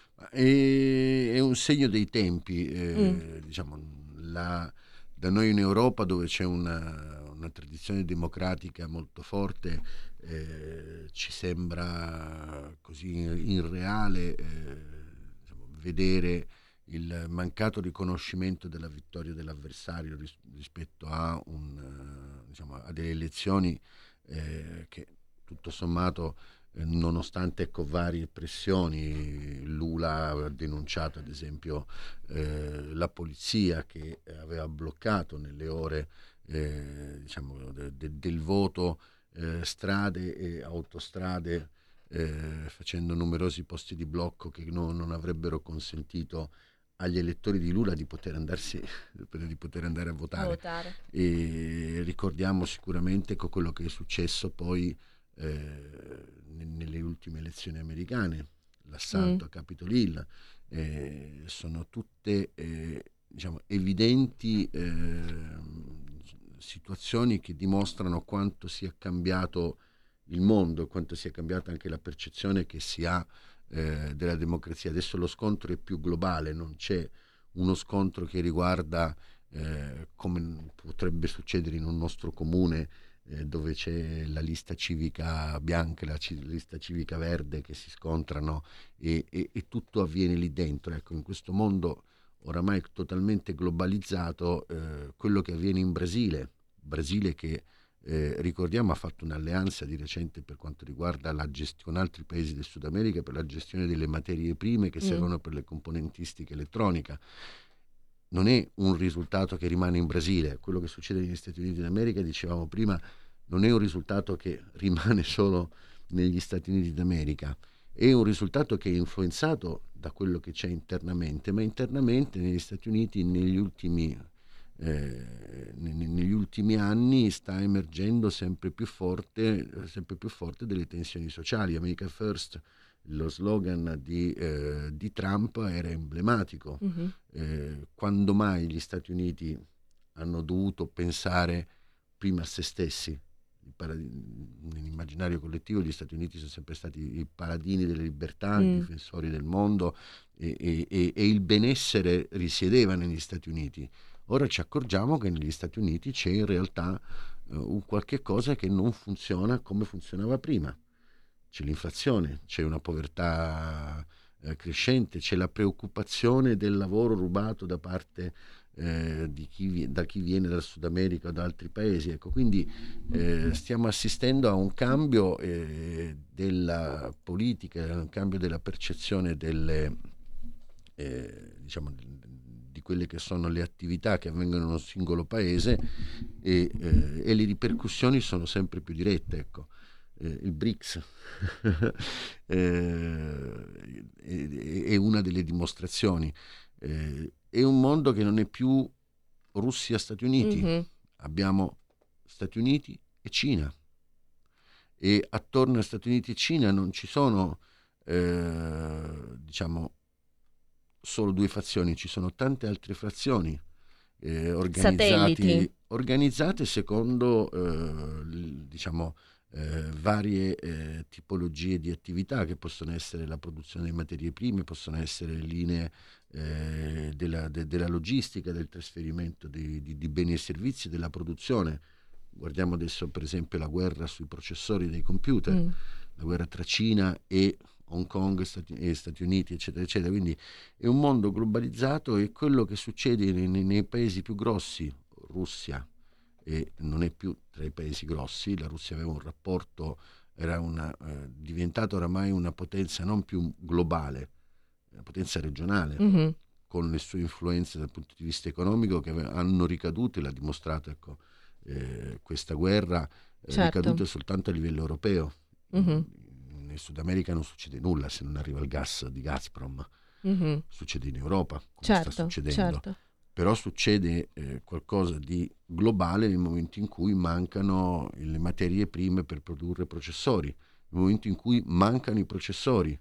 È, è un segno dei tempi, eh, Mm. diciamo, la, da noi in Europa dove c'è una, una tradizione democratica molto forte, eh, ci sembra così irreale eh, diciamo, vedere il mancato riconoscimento della vittoria dell'avversario ris- rispetto a, un, diciamo, a delle elezioni eh, che tutto sommato eh, nonostante ecco, varie pressioni, Lula ha denunciato ad esempio eh, la polizia che aveva bloccato nelle ore eh, diciamo, de- de- del voto eh, strade e autostrade eh, facendo numerosi posti di blocco che no, non avrebbero consentito agli elettori di Lula di poter andarsi di poter andare a votare, A votare. E ricordiamo sicuramente con quello che è successo poi eh, nelle ultime elezioni americane, l'assalto Mm. a Capitol Hill, eh, sono tutte eh, diciamo evidenti eh, situazioni che dimostrano quanto sia cambiato il mondo, quanto sia cambiata anche la percezione che si ha eh, della democrazia. Adesso lo scontro è più globale, non c'è uno scontro che riguarda eh, come potrebbe succedere in un nostro comune eh, dove c'è la lista civica bianca e la ci- lista civica verde che si scontrano e, e, e tutto avviene lì dentro. Ecco, in questo mondo oramai totalmente globalizzato, eh, quello che avviene in Brasile, Brasile che eh, ricordiamo ha fatto un'alleanza di recente per quanto riguarda la gestione con altri paesi del Sud America per la gestione delle materie prime che Mm. servono per le componentistica elettronica. Non è un risultato che rimane in Brasile, quello che succede negli Stati Uniti d'America, dicevamo prima, non è un risultato che rimane solo negli Stati Uniti d'America, è un risultato che è influenzato da quello che c'è internamente, ma internamente negli Stati Uniti negli ultimi, eh, ne- negli ultimi anni sta emergendo sempre più forte, sempre più forte delle tensioni sociali. America First, lo slogan di, eh, di Trump era emblematico. Mhm. Eh, quando mai gli Stati Uniti hanno dovuto pensare prima a se stessi? Il parad- nell'immaginario collettivo gli Stati Uniti sono sempre stati i paladini delle libertà, Mm. i difensori del mondo e, e- e- e il benessere risiedeva negli Stati Uniti. Ora ci accorgiamo che negli Stati Uniti c'è in realtà eh, un qualche cosa che non funziona come funzionava prima. C'è l'inflazione, c'è una povertà eh, crescente, c'è la preoccupazione del lavoro rubato da parte eh, di chi, vi- da chi viene dal Sud America o da altri paesi. Ecco, quindi eh, stiamo assistendo a un cambio eh, della politica, a un cambio della percezione delle, eh, diciamo, di quelle che sono le attività che avvengono in un singolo paese e, eh, e le ripercussioni sono sempre più dirette. Ecco. Eh, il BRICS eh, è, è una delle dimostrazioni. Eh, è un mondo che non è più Russia-Stati Uniti, Mhm. abbiamo Stati Uniti e Cina e attorno a Stati Uniti e Cina non ci sono eh, diciamo solo due fazioni, ci sono tante altre frazioni eh, organizzati- Satelliti. organizzate secondo eh, l- diciamo eh, varie eh, tipologie di attività che possono essere la produzione di materie prime, possono essere linee eh, della, de- della logistica, del trasferimento di, di- di beni e servizi, della produzione. Guardiamo adesso per esempio la guerra sui processori dei computer, Mm. la guerra tra Cina e Hong Kong Stati, e Stati Uniti, eccetera, eccetera. Quindi è un mondo globalizzato, e quello che succede nei, nei paesi più grossi, Russia, e non è più tra i paesi grossi, la Russia aveva un rapporto, era una, eh, diventata oramai una potenza non più globale, una potenza regionale, mm-hmm. con le sue influenze dal punto di vista economico che hanno ricadute, l'ha dimostrato, ecco, eh, questa guerra, eh, certo. ricadute soltanto a livello europeo. Mm-hmm. In Sud America non succede nulla se non arriva il gas di Gazprom, mm-hmm. succede in Europa, come certo, sta succedendo. Certo. Però succede eh, qualcosa di globale nel momento in cui mancano le materie prime per produrre processori, nel momento in cui mancano i processori.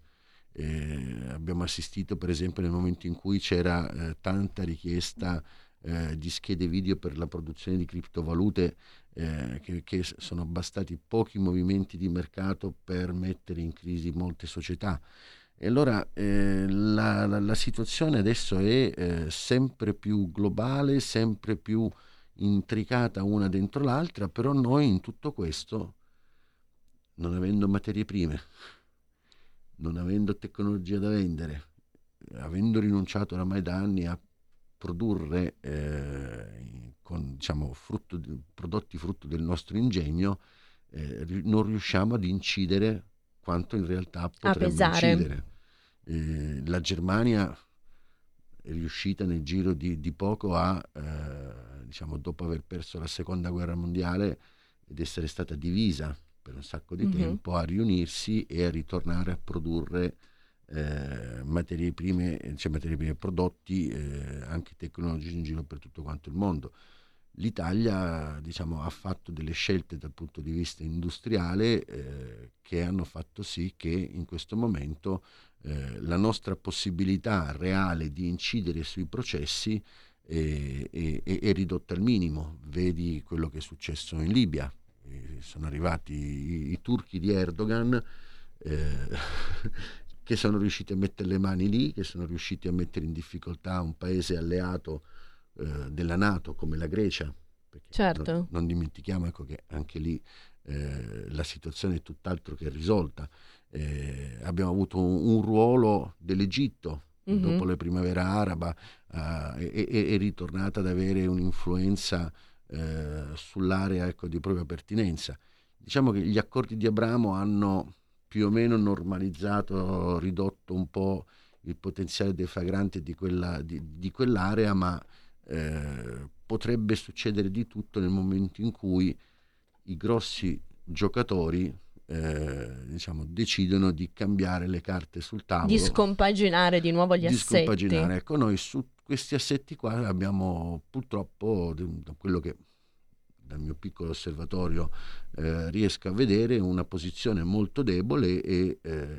Eh, abbiamo assistito per esempio nel momento in cui c'era eh, tanta richiesta eh, di schede video per la produzione di criptovalute, eh, che, che sono bastati pochi movimenti di mercato per mettere in crisi molte società. E allora eh, la, la, la situazione adesso è eh, sempre più globale, sempre più intricata una dentro l'altra, però noi in tutto questo, non avendo materie prime, non avendo tecnologia da vendere, avendo rinunciato oramai da anni a produrre eh, con, diciamo, frutto di, prodotti frutto del nostro ingegno, eh, non riusciamo ad incidere quanto in realtà potremmo incidere. Eh, la Germania è riuscita nel giro di, di poco a, eh, diciamo, dopo aver perso la seconda guerra mondiale ed essere stata divisa per un sacco di mm-hmm. tempo, a riunirsi e a ritornare a produrre eh, materie prime, cioè materie prime, prodotti eh, anche tecnologici in giro per tutto quanto il mondo. L'Italia, diciamo, ha fatto delle scelte dal punto di vista industriale eh, che hanno fatto sì che in questo momento eh, la nostra possibilità reale di incidere sui processi è, è, è ridotta al minimo. Vedi quello che è successo in Libia. Sono arrivati i, i turchi di Erdogan eh, che sono riusciti a mettere le mani lì, che sono riusciti a mettere in difficoltà un paese alleato eh, della NATO come la Grecia, perché certo. non, non dimentichiamo, ecco, che anche lì eh, la situazione è tutt'altro che risolta. Eh, abbiamo avuto un, un ruolo dell'Egitto mm-hmm. dopo la primavera araba, eh, è, è, è ritornata ad avere un'influenza Eh, sull'area, ecco, di propria pertinenza. Diciamo che gli accordi di Abramo hanno più o meno normalizzato, ridotto un po' il potenziale deflagrante di, quella, di, di quell'area, ma eh, potrebbe succedere di tutto nel momento in cui i grossi giocatori eh, diciamo decidono di cambiare le carte sul tavolo, di scompaginare di nuovo gli di assetti. Scompaginare. Ecco, noi su questi assetti qua abbiamo purtroppo, da quello che dal mio piccolo osservatorio eh, riesco a vedere, una posizione molto debole e,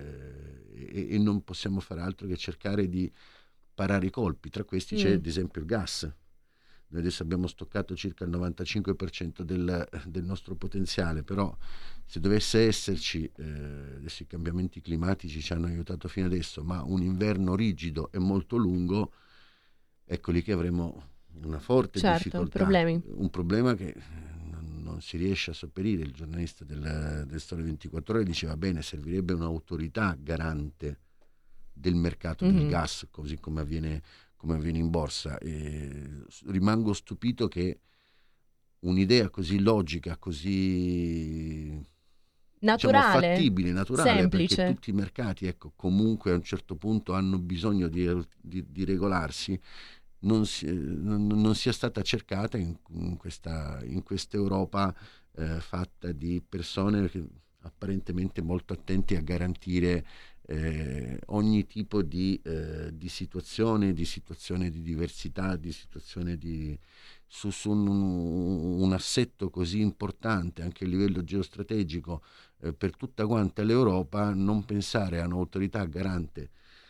eh, e, e non possiamo fare altro che cercare di parare i colpi. Tra questi mm. c'è ad esempio il gas. Noi adesso abbiamo stoccato circa il novantacinque per cento del, del nostro potenziale, però se dovesse esserci, eh, adesso i cambiamenti climatici ci hanno aiutato fino adesso, ma un inverno rigido e molto lungo, ecco lì che avremo una forte certo, difficoltà, problemi. un problema che non, non si riesce a sopperire. Il giornalista del, del Sole ventiquattro Ore diceva bene, servirebbe un'autorità garante del mercato mm-hmm. del gas, così come avviene, come avviene in borsa. E rimango stupito che un'idea così logica, così naturale, diciamo, fattibile, naturale, semplice, perché tutti i mercati, ecco, comunque a un certo punto hanno bisogno di, di, di regolarsi, non, si, non, non sia stata cercata in, in questa in questa Europa eh, fatta di persone che apparentemente molto attenti a garantire eh, ogni tipo di, eh, di situazione, di situazione di diversità, di situazione di su, su un, un assetto così importante anche a livello geostrategico eh, per tutta quanta l'Europa. Non pensare a un'autorità garante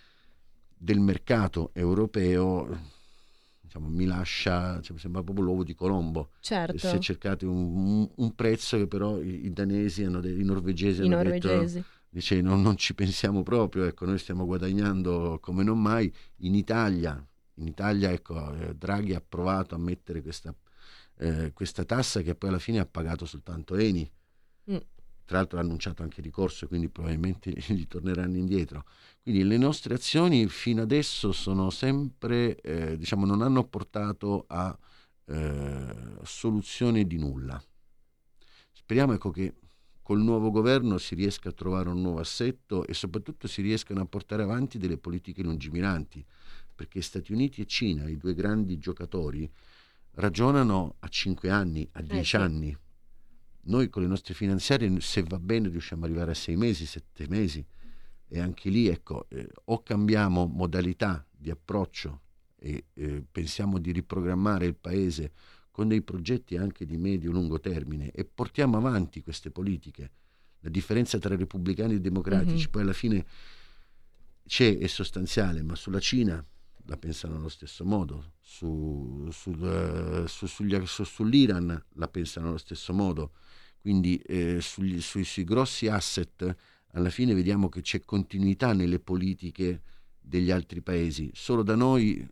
del mercato europeo, diciamo, mi lascia, cioè, sembra proprio l'uovo di Colombo. Certo. Se cercate un, un prezzo che però i, i danesi hanno de, i norvegesi I hanno norvegesi. detto, dice non, non ci pensiamo proprio, ecco, noi stiamo guadagnando come non mai. In Italia in Italia ecco, eh, Draghi ha provato a mettere questa, eh, questa tassa che poi alla fine ha pagato soltanto Eni. Mm. tra l'altro ha annunciato anche ricorso, quindi probabilmente gli torneranno indietro. Quindi le nostre azioni fino adesso sono sempre, eh, diciamo, non hanno portato a eh, soluzione di nulla. Speriamo, ecco, che col nuovo governo si riesca a trovare un nuovo assetto e soprattutto si riescano a portare avanti delle politiche lungimiranti, perché Stati Uniti e Cina, i due grandi giocatori, ragionano a cinque anni, a dieci eh sì. anni. Noi con le nostre finanziarie, se va bene, riusciamo ad arrivare a sei mesi, sette mesi, e anche lì, ecco, eh, o cambiamo modalità di approccio e eh, pensiamo di riprogrammare il paese con dei progetti anche di medio-lungo termine e portiamo avanti queste politiche. La differenza tra repubblicani e democratici, mm-hmm. poi alla fine c'è, è sostanziale, ma sulla Cina la pensano allo stesso modo, su, sul, su, sugli, su, sull'Iran la pensano allo stesso modo, quindi eh, sugli, sui, sui grossi asset alla fine vediamo che c'è continuità nelle politiche degli altri paesi. Solo da noi,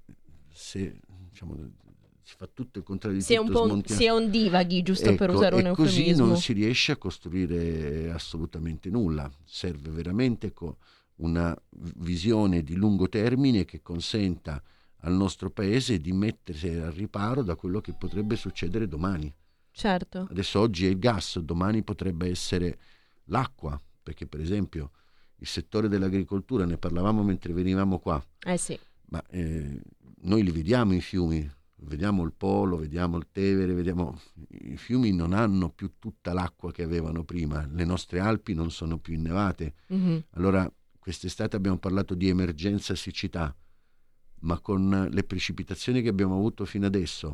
se diciamo, si fa tutto il contrario di si tutto, è un po' smontiamo. Si è un divaghi, giusto, ecco, per usare un e eufemismo. Così non si riesce a costruire assolutamente nulla. Serve veramente, ecco, una visione di lungo termine che consenta al nostro paese di mettersi al riparo da quello che potrebbe succedere domani. Certo. Adesso oggi è il gas, domani potrebbe essere l'acqua, perché per esempio il settore dell'agricoltura, ne parlavamo mentre venivamo qua, eh sì. ma eh, noi li vediamo i fiumi, vediamo il Polo, vediamo il Tevere, vediamo i fiumi non hanno più tutta l'acqua che avevano prima, le nostre Alpi non sono più innevate. Mm-hmm. Allora quest'estate abbiamo parlato di emergenza siccità, ma con le precipitazioni che abbiamo avuto fino adesso,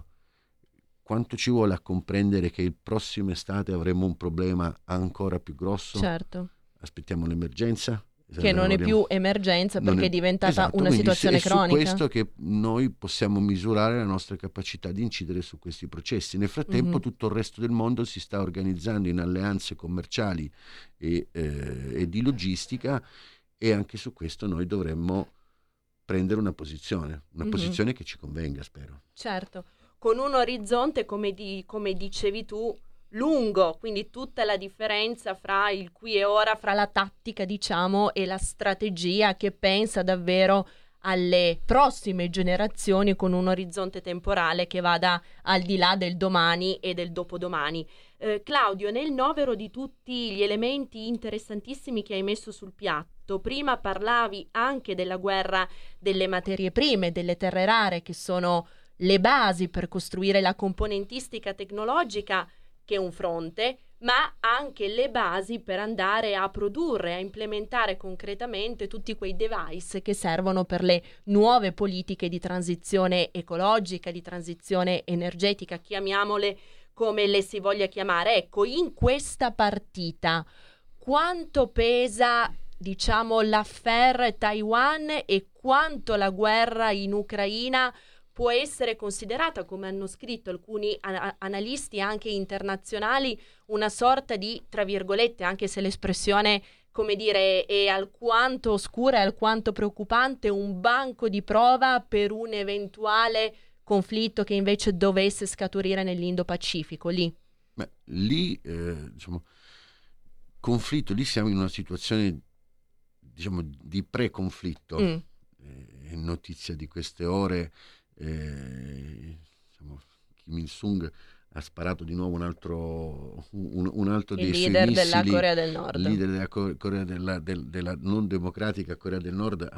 quanto ci vuole a comprendere che il prossimo estate avremo un problema ancora più grosso? Certo. Aspettiamo l'emergenza? Che non è più emergenza perché è, è diventata esatto, una situazione è cronica. È su questo che noi possiamo misurare la nostra capacità di incidere su questi processi. Nel frattempo mm-hmm. tutto il resto del mondo si sta organizzando in alleanze commerciali e, eh, e di logistica, e anche su questo noi dovremmo prendere una posizione, una mm-hmm. posizione che ci convenga, spero. Certo, con un orizzonte, come, di, come dicevi tu, lungo, quindi tutta la differenza fra il qui e ora, fra la tattica, diciamo, e la strategia che pensa davvero alle prossime generazioni con un orizzonte temporale che vada al di là del domani e del dopodomani. Eh, Claudio, nel novero di tutti gli elementi interessantissimi che hai messo sul piatto, prima parlavi anche della guerra delle materie prime, delle terre rare, che sono le basi per costruire la componentistica tecnologica, che è un fronte, ma anche le basi per andare a produrre, a implementare concretamente tutti quei device che servono per le nuove politiche di transizione ecologica, di transizione energetica, chiamiamole come le si voglia chiamare. Ecco, in questa partita quanto pesa, diciamo, l'affaire Taiwan e quanto la guerra in Ucraina può essere considerata, come hanno scritto alcuni a- analisti anche internazionali, una sorta di, tra virgolette, anche se l'espressione, come dire, è alquanto oscura e alquanto preoccupante, un banco di prova per un eventuale conflitto che invece dovesse scaturire nell'Indo-Pacifico, lì? Beh, lì, eh, diciamo, conflitto, lì siamo in una situazione, diciamo, di pre-conflitto. Mm. È notizia di queste ore. Eh, diciamo, Kim Il-sung ha sparato di nuovo un altro un, un altro dei suoi leader missili, della Corea del Nord, il leader della Corea della, del, della non democratica Corea del Nord.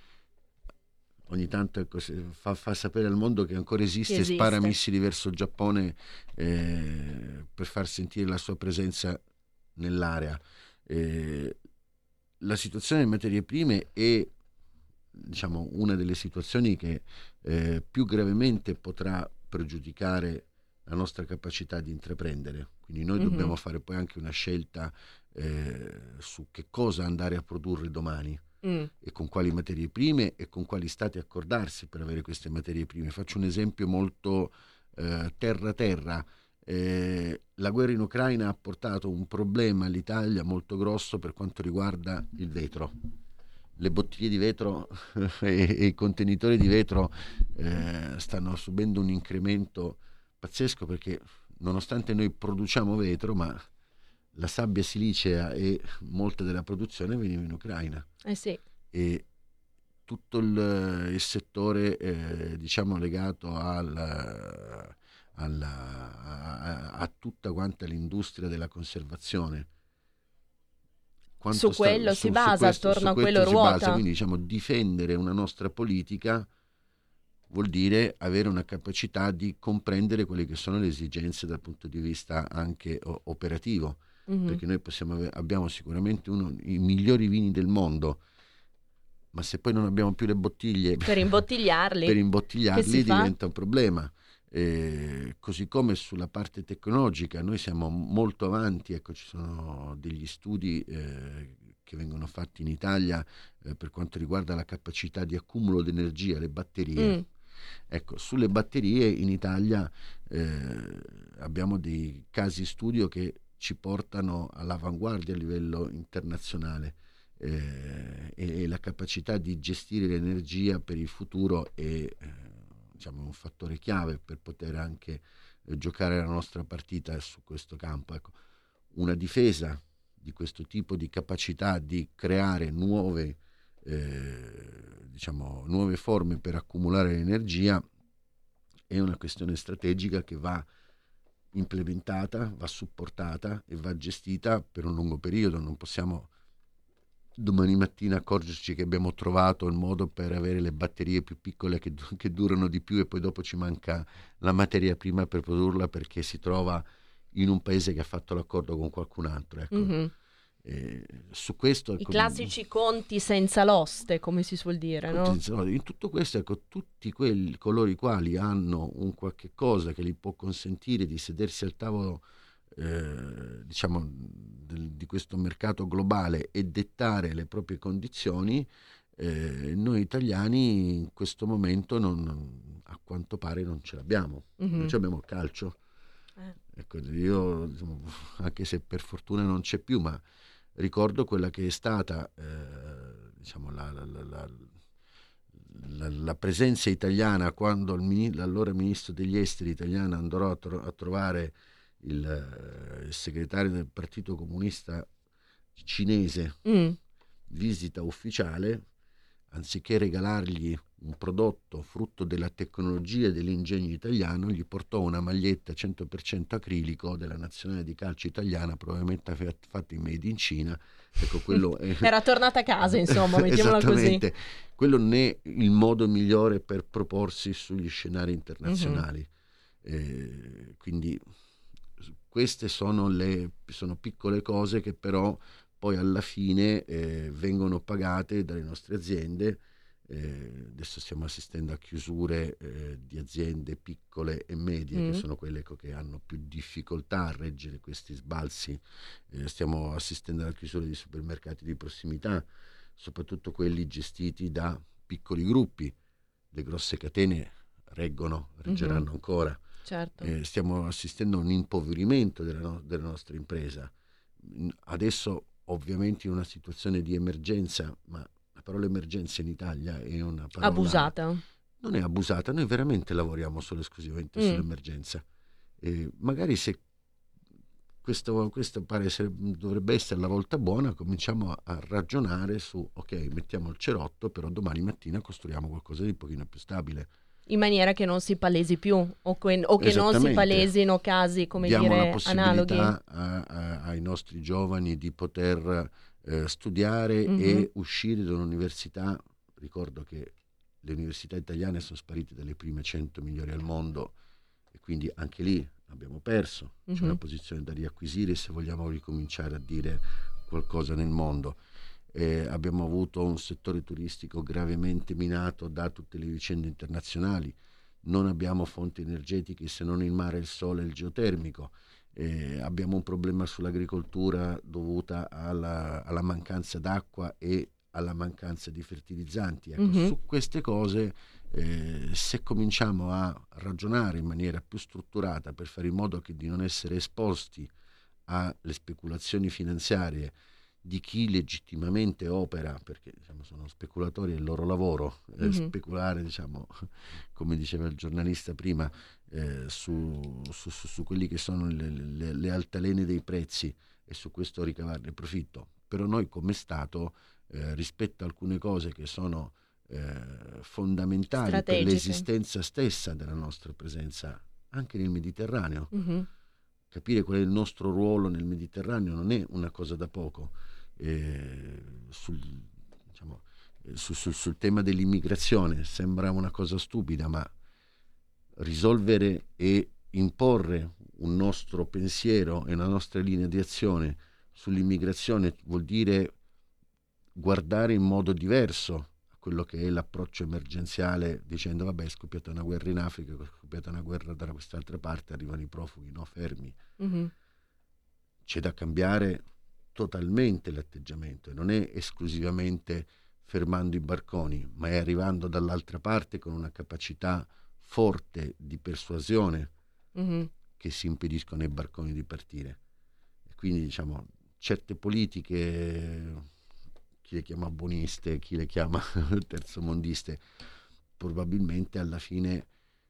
Ogni tanto, ecco, fa, fa sapere al mondo che ancora esiste, esiste. Spara missili verso il Giappone eh, per far sentire la sua presenza nell'area. Eh, la situazione delle materie prime è, diciamo, una delle situazioni che eh, più gravemente potrà pregiudicare la nostra capacità di intraprendere. Quindi noi mm-hmm. dobbiamo fare poi anche una scelta eh, su che cosa andare a produrre domani mm. e con quali materie prime e con quali stati accordarsi per avere queste materie prime. Faccio un esempio molto eh, terra-terra. Eh, la guerra in Ucraina ha portato un problema all'Italia molto grosso per quanto riguarda il vetro. Le bottiglie di vetro e, e i contenitori di vetro eh, stanno subendo un incremento pazzesco, perché nonostante noi produciamo vetro, ma la sabbia silicea e molta della produzione veniva in Ucraina. Eh sì. E tutto il, il settore eh, diciamo legato al, al, a, a tutta quanta l'industria della conservazione. Quanto su quello sta, si su, basa, su questo, attorno a quello ruota. Basa. Quindi diciamo difendere una nostra politica vuol dire avere una capacità di comprendere quelle che sono le esigenze dal punto di vista anche o, operativo, mm-hmm. perché noi possiamo ave- abbiamo sicuramente uno i migliori vini del mondo, ma se poi non abbiamo più le bottiglie per imbottigliarli, per imbottigliarli diventa un problema. Eh, così come sulla parte tecnologica noi siamo molto avanti, ecco, ci sono degli studi eh, che vengono fatti in Italia eh, per quanto riguarda la capacità di accumulo di energia, le batterie. Mm. Ecco, sulle batterie in Italia eh, abbiamo dei casi studio che ci portano all'avanguardia a livello internazionale. Eh, e, e la capacità di gestire l'energia per il futuro è eh, diciamo un fattore chiave per poter anche eh, giocare la nostra partita su questo campo. Ecco, una difesa di questo tipo di capacità di creare nuove eh, diciamo nuove forme per accumulare l'energia è una questione strategica che va implementata, va supportata e va gestita per un lungo periodo. Non possiamo domani mattina accorgerci che abbiamo trovato il modo per avere le batterie più piccole che, che durano di più e poi dopo ci manca la materia prima per produrla perché si trova in un paese che ha fatto l'accordo con qualcun altro. Ecco. Mm-hmm. E su questo, i classici conti senza l'oste, come si suol dire, no? Senza, in tutto questo, ecco, tutti quelli, coloro i quali hanno un qualche cosa che gli può consentire di sedersi al tavolo Eh, diciamo del, di questo mercato globale e dettare le proprie condizioni, eh, noi italiani in questo momento non, a quanto pare non ce l'abbiamo. Mm-hmm. Noi abbiamo il calcio, eh. ecco, io diciamo, anche se per fortuna non c'è più, ma ricordo quella che è stata eh, diciamo la, la, la, la La, la presenza italiana quando il, l'allora ministro degli esteri italiano andò a, tro- a trovare il, il segretario del Partito Comunista cinese, mm. visita ufficiale, anziché regalargli un prodotto frutto della tecnologia e dell'ingegno italiano, gli portò una maglietta cento per cento acrilico della nazionale di calcio italiana, probabilmente fatta in made in Cina. Ecco, quello è... era tornata a casa, insomma, mettiamola così. Quello non è il modo migliore per proporsi sugli scenari internazionali. Mm-hmm. Eh, quindi queste sono le sono piccole cose che però poi alla fine eh, vengono pagate dalle nostre aziende. Eh, adesso stiamo assistendo a chiusure eh, di aziende piccole e medie, mm. che sono quelle ecco, che hanno più difficoltà a reggere questi sbalzi. Eh, stiamo assistendo alla chiusura di supermercati di prossimità, soprattutto quelli gestiti da piccoli gruppi. Le grosse catene reggono, reggeranno mm-hmm. ancora. Certo. Eh, stiamo assistendo a un impoverimento della, no- della nostra impresa. Adesso ovviamente in una situazione di emergenza, ma la parola emergenza in Italia è una parola abusata. Non è abusata, noi veramente lavoriamo solo esclusivamente mm. sull'emergenza. Eh, magari se questo, questo pare essere, dovrebbe essere la volta buona, cominciamo a, a ragionare su ok, mettiamo il cerotto, però domani mattina costruiamo qualcosa di un pochino più stabile. In maniera che non si palesi più o, que- o che non si palesino casi, come diamo dire, la possibilità analoghi. A, a, ai nostri giovani di poter eh, studiare mm-hmm. e uscire da un'università. Ricordo che le università italiane sono sparite dalle prime cento migliori al mondo e quindi anche lì abbiamo perso. C'è mm-hmm. una posizione da riacquisire se vogliamo ricominciare a dire qualcosa nel mondo. Eh, abbiamo avuto un settore turistico gravemente minato da tutte le vicende internazionali, non abbiamo fonti energetiche se non il mare, il sole e il geotermico, eh, abbiamo un problema sull'agricoltura dovuta alla, alla mancanza d'acqua e alla mancanza di fertilizzanti. Ecco, mm-hmm. su queste cose eh, se cominciamo a ragionare in maniera più strutturata per fare in modo che di non essere esposti alle speculazioni finanziarie di chi legittimamente opera, perché diciamo, sono speculatori, è il loro lavoro, eh, mm-hmm. speculare, diciamo, come diceva il giornalista prima, eh, su, su, su, su quelli che sono le, le, le altalene dei prezzi. e su questo ricavarne profitto. Però noi come Stato, eh, rispetto a alcune cose che sono eh, fondamentali strategiche per l'esistenza stessa della nostra presenza anche nel Mediterraneo, mm-hmm. capire qual è il nostro ruolo nel Mediterraneo non è una cosa da poco. Eh, sul, diciamo, Sul, sul, sul tema dell'immigrazione sembra una cosa stupida, ma risolvere e imporre un nostro pensiero e una nostra linea di azione sull'immigrazione vuol dire guardare in modo diverso a quello che è l'approccio emergenziale, dicendo vabbè, è scoppiata una guerra in Africa, è scoppiata una guerra da quest'altra parte, arrivano i profughi, no, fermi. Mm-hmm. C'è da cambiare totalmente l'atteggiamento, e non è esclusivamente fermando i barconi, ma è arrivando dall'altra parte con una capacità forte di persuasione mm-hmm. che si impediscono ai barconi di partire. E quindi diciamo certe politiche, chi le chiama buoniste, chi le chiama terzomondiste, probabilmente alla fine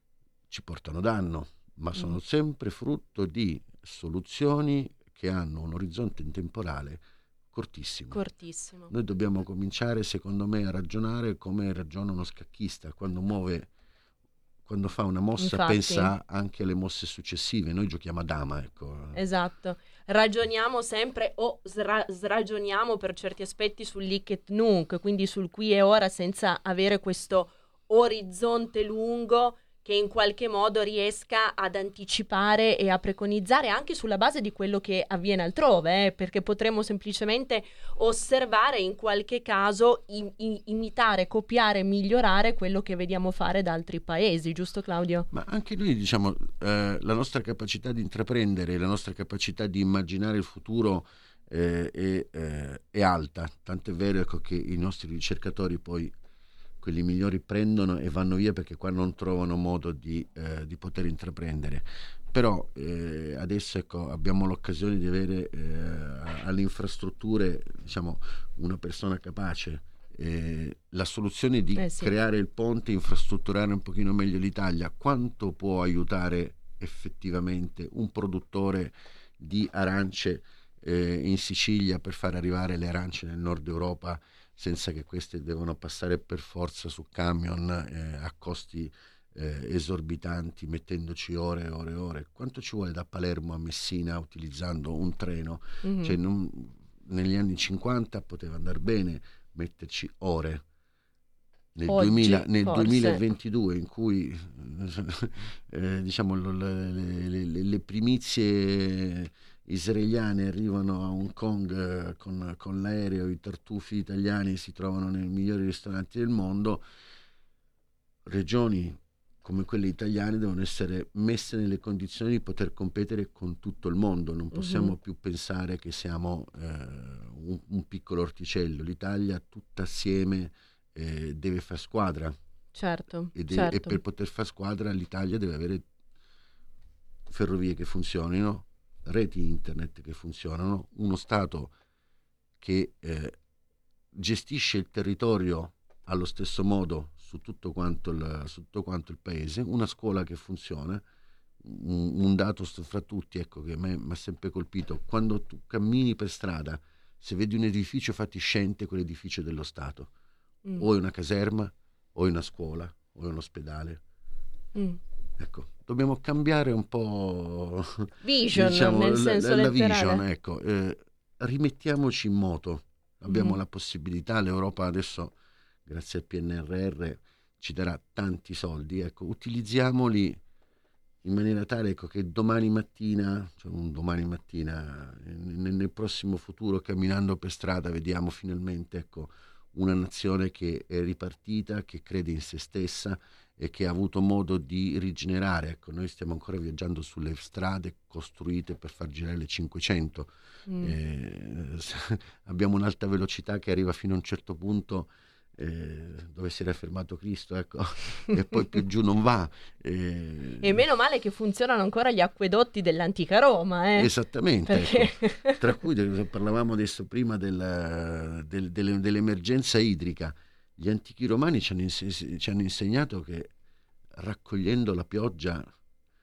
ci portano danno, ma sono mm. sempre frutto di soluzioni che hanno un orizzonte temporale cortissimo. cortissimo. Noi dobbiamo cominciare, secondo me, a ragionare come ragiona uno scacchista quando muove, quando fa una mossa. Infatti. Pensa anche alle mosse successive. Noi giochiamo a dama, ecco. Esatto, ragioniamo sempre o sra- sragioniamo per certi aspetti sull'hic et nunc, quindi sul qui e ora, senza avere questo orizzonte lungo che in qualche modo riesca ad anticipare e a preconizzare anche sulla base di quello che avviene altrove, eh, perché potremmo semplicemente osservare, in qualche caso i- i- imitare, copiare, migliorare quello che vediamo fare da altri paesi, giusto Claudio? Ma anche noi, diciamo, eh, la nostra capacità di intraprendere, la nostra capacità di immaginare il futuro eh, è, eh, è alta, tant'è vero, ecco, che i nostri ricercatori poi, quelli migliori, prendono e vanno via perché qua non trovano modo di, eh, di poter intraprendere. Però eh, adesso, ecco, abbiamo l'occasione di avere eh, alle infrastrutture, diciamo, una persona capace. Eh, la soluzione di eh sì. creare il ponte, infrastrutturare un pochino meglio l'Italia, quanto può aiutare effettivamente un produttore di arance eh, in Sicilia per far arrivare le arance nel nord Europa senza che queste devono passare per forza su camion eh, a costi eh, esorbitanti, mettendoci ore e ore e ore. Quanto ci vuole da Palermo a Messina utilizzando un treno? Mm-hmm. Cioè, non, negli anni cinquanta poteva andare bene metterci ore. Nel, Oggi, duemila, nel forse. duemilaventidue, in cui eh, diciamo le, le, le, le primizie israeliane arrivano a Hong Kong eh, con, con l'aereo, i tartufi italiani si trovano nei migliori ristoranti del mondo, regioni come quelle italiane devono essere messe nelle condizioni di poter competere con tutto il mondo. Non possiamo mm-hmm. più pensare che siamo eh, un, un piccolo orticello. L'Italia tutta assieme eh, deve far squadra. Certo, e, de- certo. e per poter far squadra l'Italia deve avere ferrovie che funzionino, reti internet che funzionano, uno Stato che eh, gestisce il territorio allo stesso modo su tutto quanto il, su tutto quanto il paese, una scuola che funziona. Un, un dato fra tutti, ecco, che mi ha sempre colpito: quando tu cammini per strada, se vedi un edificio fatiscente, quell'edificio è dello Stato, mm. o è una caserma, o è una scuola, o è un ospedale. Mm. Ecco, dobbiamo cambiare un po' vision, diciamo, nel senso la, la letterale. vision, ecco, eh, rimettiamoci in moto. Abbiamo mm. la possibilità, l'Europa adesso, grazie al P N R R, ci darà tanti soldi, ecco, utilizziamoli in maniera tale, ecco, che domani mattina, cioè un domani mattina, nel, nel prossimo futuro, camminando per strada, vediamo finalmente, ecco, una nazione che è ripartita, che crede in se stessa e che ha avuto modo di rigenerare. Ecco, noi stiamo ancora viaggiando sulle strade costruite per far girare le cinquecento. Mm. Eh, abbiamo un'alta velocità che arriva fino a un certo punto eh, dove si era fermato Cristo, ecco, e poi più giù non va. Eh, e meno male che funzionano ancora gli acquedotti dell'antica Roma. Eh? Esattamente, Perché... ecco. Tra cui parlavamo adesso prima del, del, del, dell'emergenza idrica. Gli antichi romani ci hanno, ins- ci hanno insegnato che raccogliendo la pioggia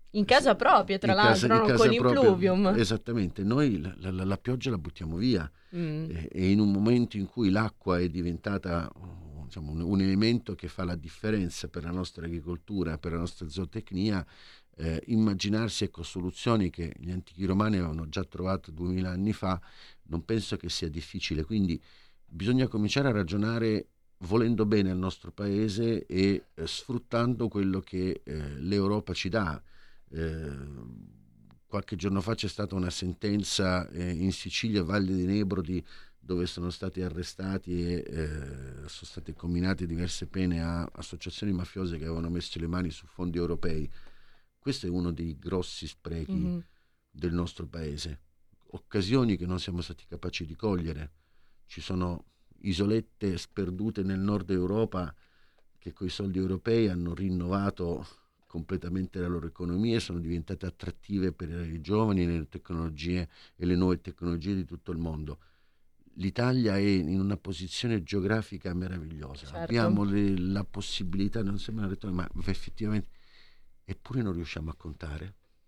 In casa propria, tra in l'altro, casa, no? in Con casa l'impluvium. proprio, esattamente, noi la, la, la pioggia la buttiamo via Mm. e, e in un momento in cui l'acqua è diventata diciamo, un, un elemento che fa la differenza per la nostra agricoltura, per la nostra zootecnia, eh, immaginarsi ecco, soluzioni che gli antichi romani avevano già trovato duemila anni fa, non penso che sia difficile. Quindi bisogna cominciare a ragionare volendo bene al nostro paese e eh, sfruttando quello che eh, l'Europa ci dà. Eh, qualche giorno fa c'è stata una sentenza eh, in Sicilia, Valle dei Nebrodi, dove sono stati arrestati e eh, sono state comminate diverse pene a associazioni mafiose che avevano messo le mani su fondi europei. Questo è uno dei grossi sprechi mm-hmm. del nostro paese, occasioni che non siamo stati capaci di cogliere. Ci sono isolette sperdute nel nord Europa che coi soldi europei hanno rinnovato completamente la loro economia e sono diventate attrattive per i giovani e le tecnologie e le nuove tecnologie di tutto il mondo. L'Italia è in una posizione geografica meravigliosa, certo. Abbiamo le, la possibilità, non sembra una retorica, ma effettivamente, eppure non riusciamo a contare,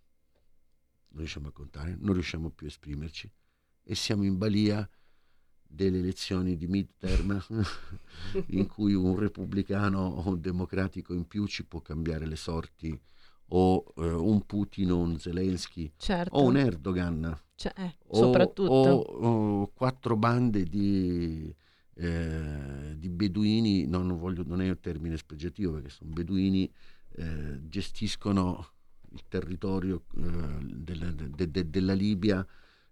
non riusciamo a contare, non riusciamo più a esprimerci e siamo in balia delle elezioni di midterm in cui un repubblicano o un democratico in più ci può cambiare le sorti, o eh, un Putin o un Zelensky, certo. o un Erdogan, cioè, eh, o, soprattutto o, o quattro bande di, eh, di beduini, no, non, voglio, non è un termine spregiativo perché sono beduini, eh, gestiscono il territorio eh, della, de, de, della Libia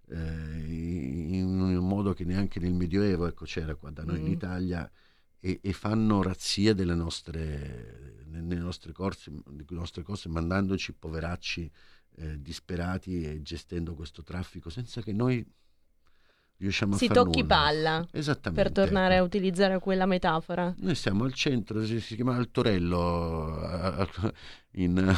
in un modo che neanche nel Medioevo ecco, c'era qua da noi mm. in Italia e, e fanno razzia delle nostre, nelle nostre corse, delle nostre cose, mandandoci poveracci eh, disperati e gestendo questo traffico senza che noi riusciamo si a fare tocchi nulla. palla, esattamente, per tornare ecco. a utilizzare quella metafora. Noi siamo al centro, si, si chiama il Torello in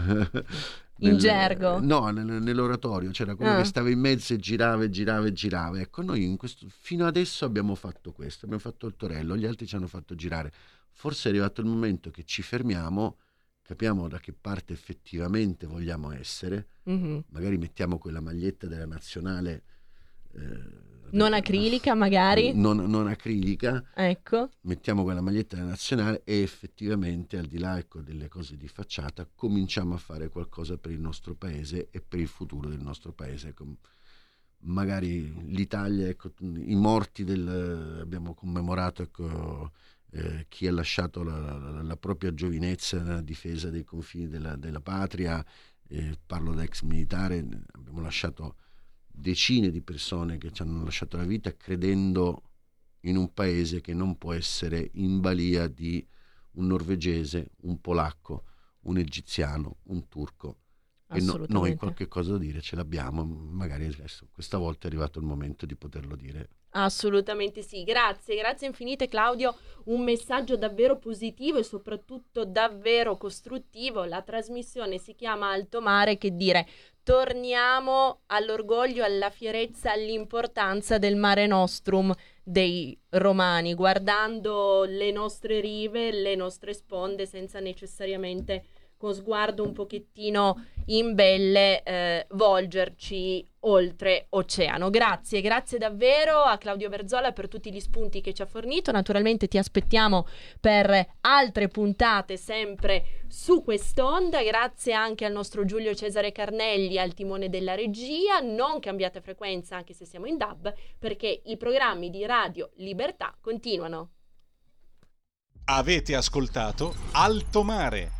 in nel, gergo no nel, nell'oratorio c'era quello ah. che stava in mezzo e girava e girava e girava. Ecco, noi in questo, fino adesso abbiamo fatto questo, abbiamo fatto il Torello, gli altri ci hanno fatto girare. Forse è arrivato il momento che ci fermiamo, capiamo da che parte effettivamente vogliamo essere, mm-hmm. magari mettiamo quella maglietta della nazionale eh, non acrilica magari non, non acrilica, ecco, mettiamo quella maglietta della nazionale e effettivamente al di là ecco, delle cose di facciata cominciamo a fare qualcosa per il nostro paese e per il futuro del nostro paese. Ecco, magari l'Italia, ecco, i morti del, abbiamo commemorato ecco, eh, chi ha lasciato la, la, la propria giovinezza nella difesa dei confini della, della patria, eh, parlo da ex militare, abbiamo lasciato decine di persone che ci hanno lasciato la vita credendo in un paese che non può essere in balia di un norvegese, un polacco, un egiziano, un turco. E no, noi qualche cosa da dire ce l'abbiamo, magari adesso, questa volta è arrivato il momento di poterlo dire. Assolutamente sì, grazie, grazie infinite Claudio, un messaggio davvero positivo e soprattutto davvero costruttivo. La trasmissione si chiama Alto Mare, che dire, torniamo all'orgoglio, alla fierezza, all'importanza del Mare Nostrum dei romani, guardando le nostre rive, le nostre sponde, senza necessariamente con sguardo un pochettino imbelle eh, volgerci oltre oceano. Grazie, grazie davvero a Claudio Berzola per tutti gli spunti che ci ha fornito. Naturalmente ti aspettiamo per altre puntate sempre su quest'onda. Grazie anche al nostro Giulio Cesare Carnelli al timone della regia. Non cambiate frequenza anche se siamo in D A B, perché i programmi di Radio Libertà continuano. Avete ascoltato Alto Mare.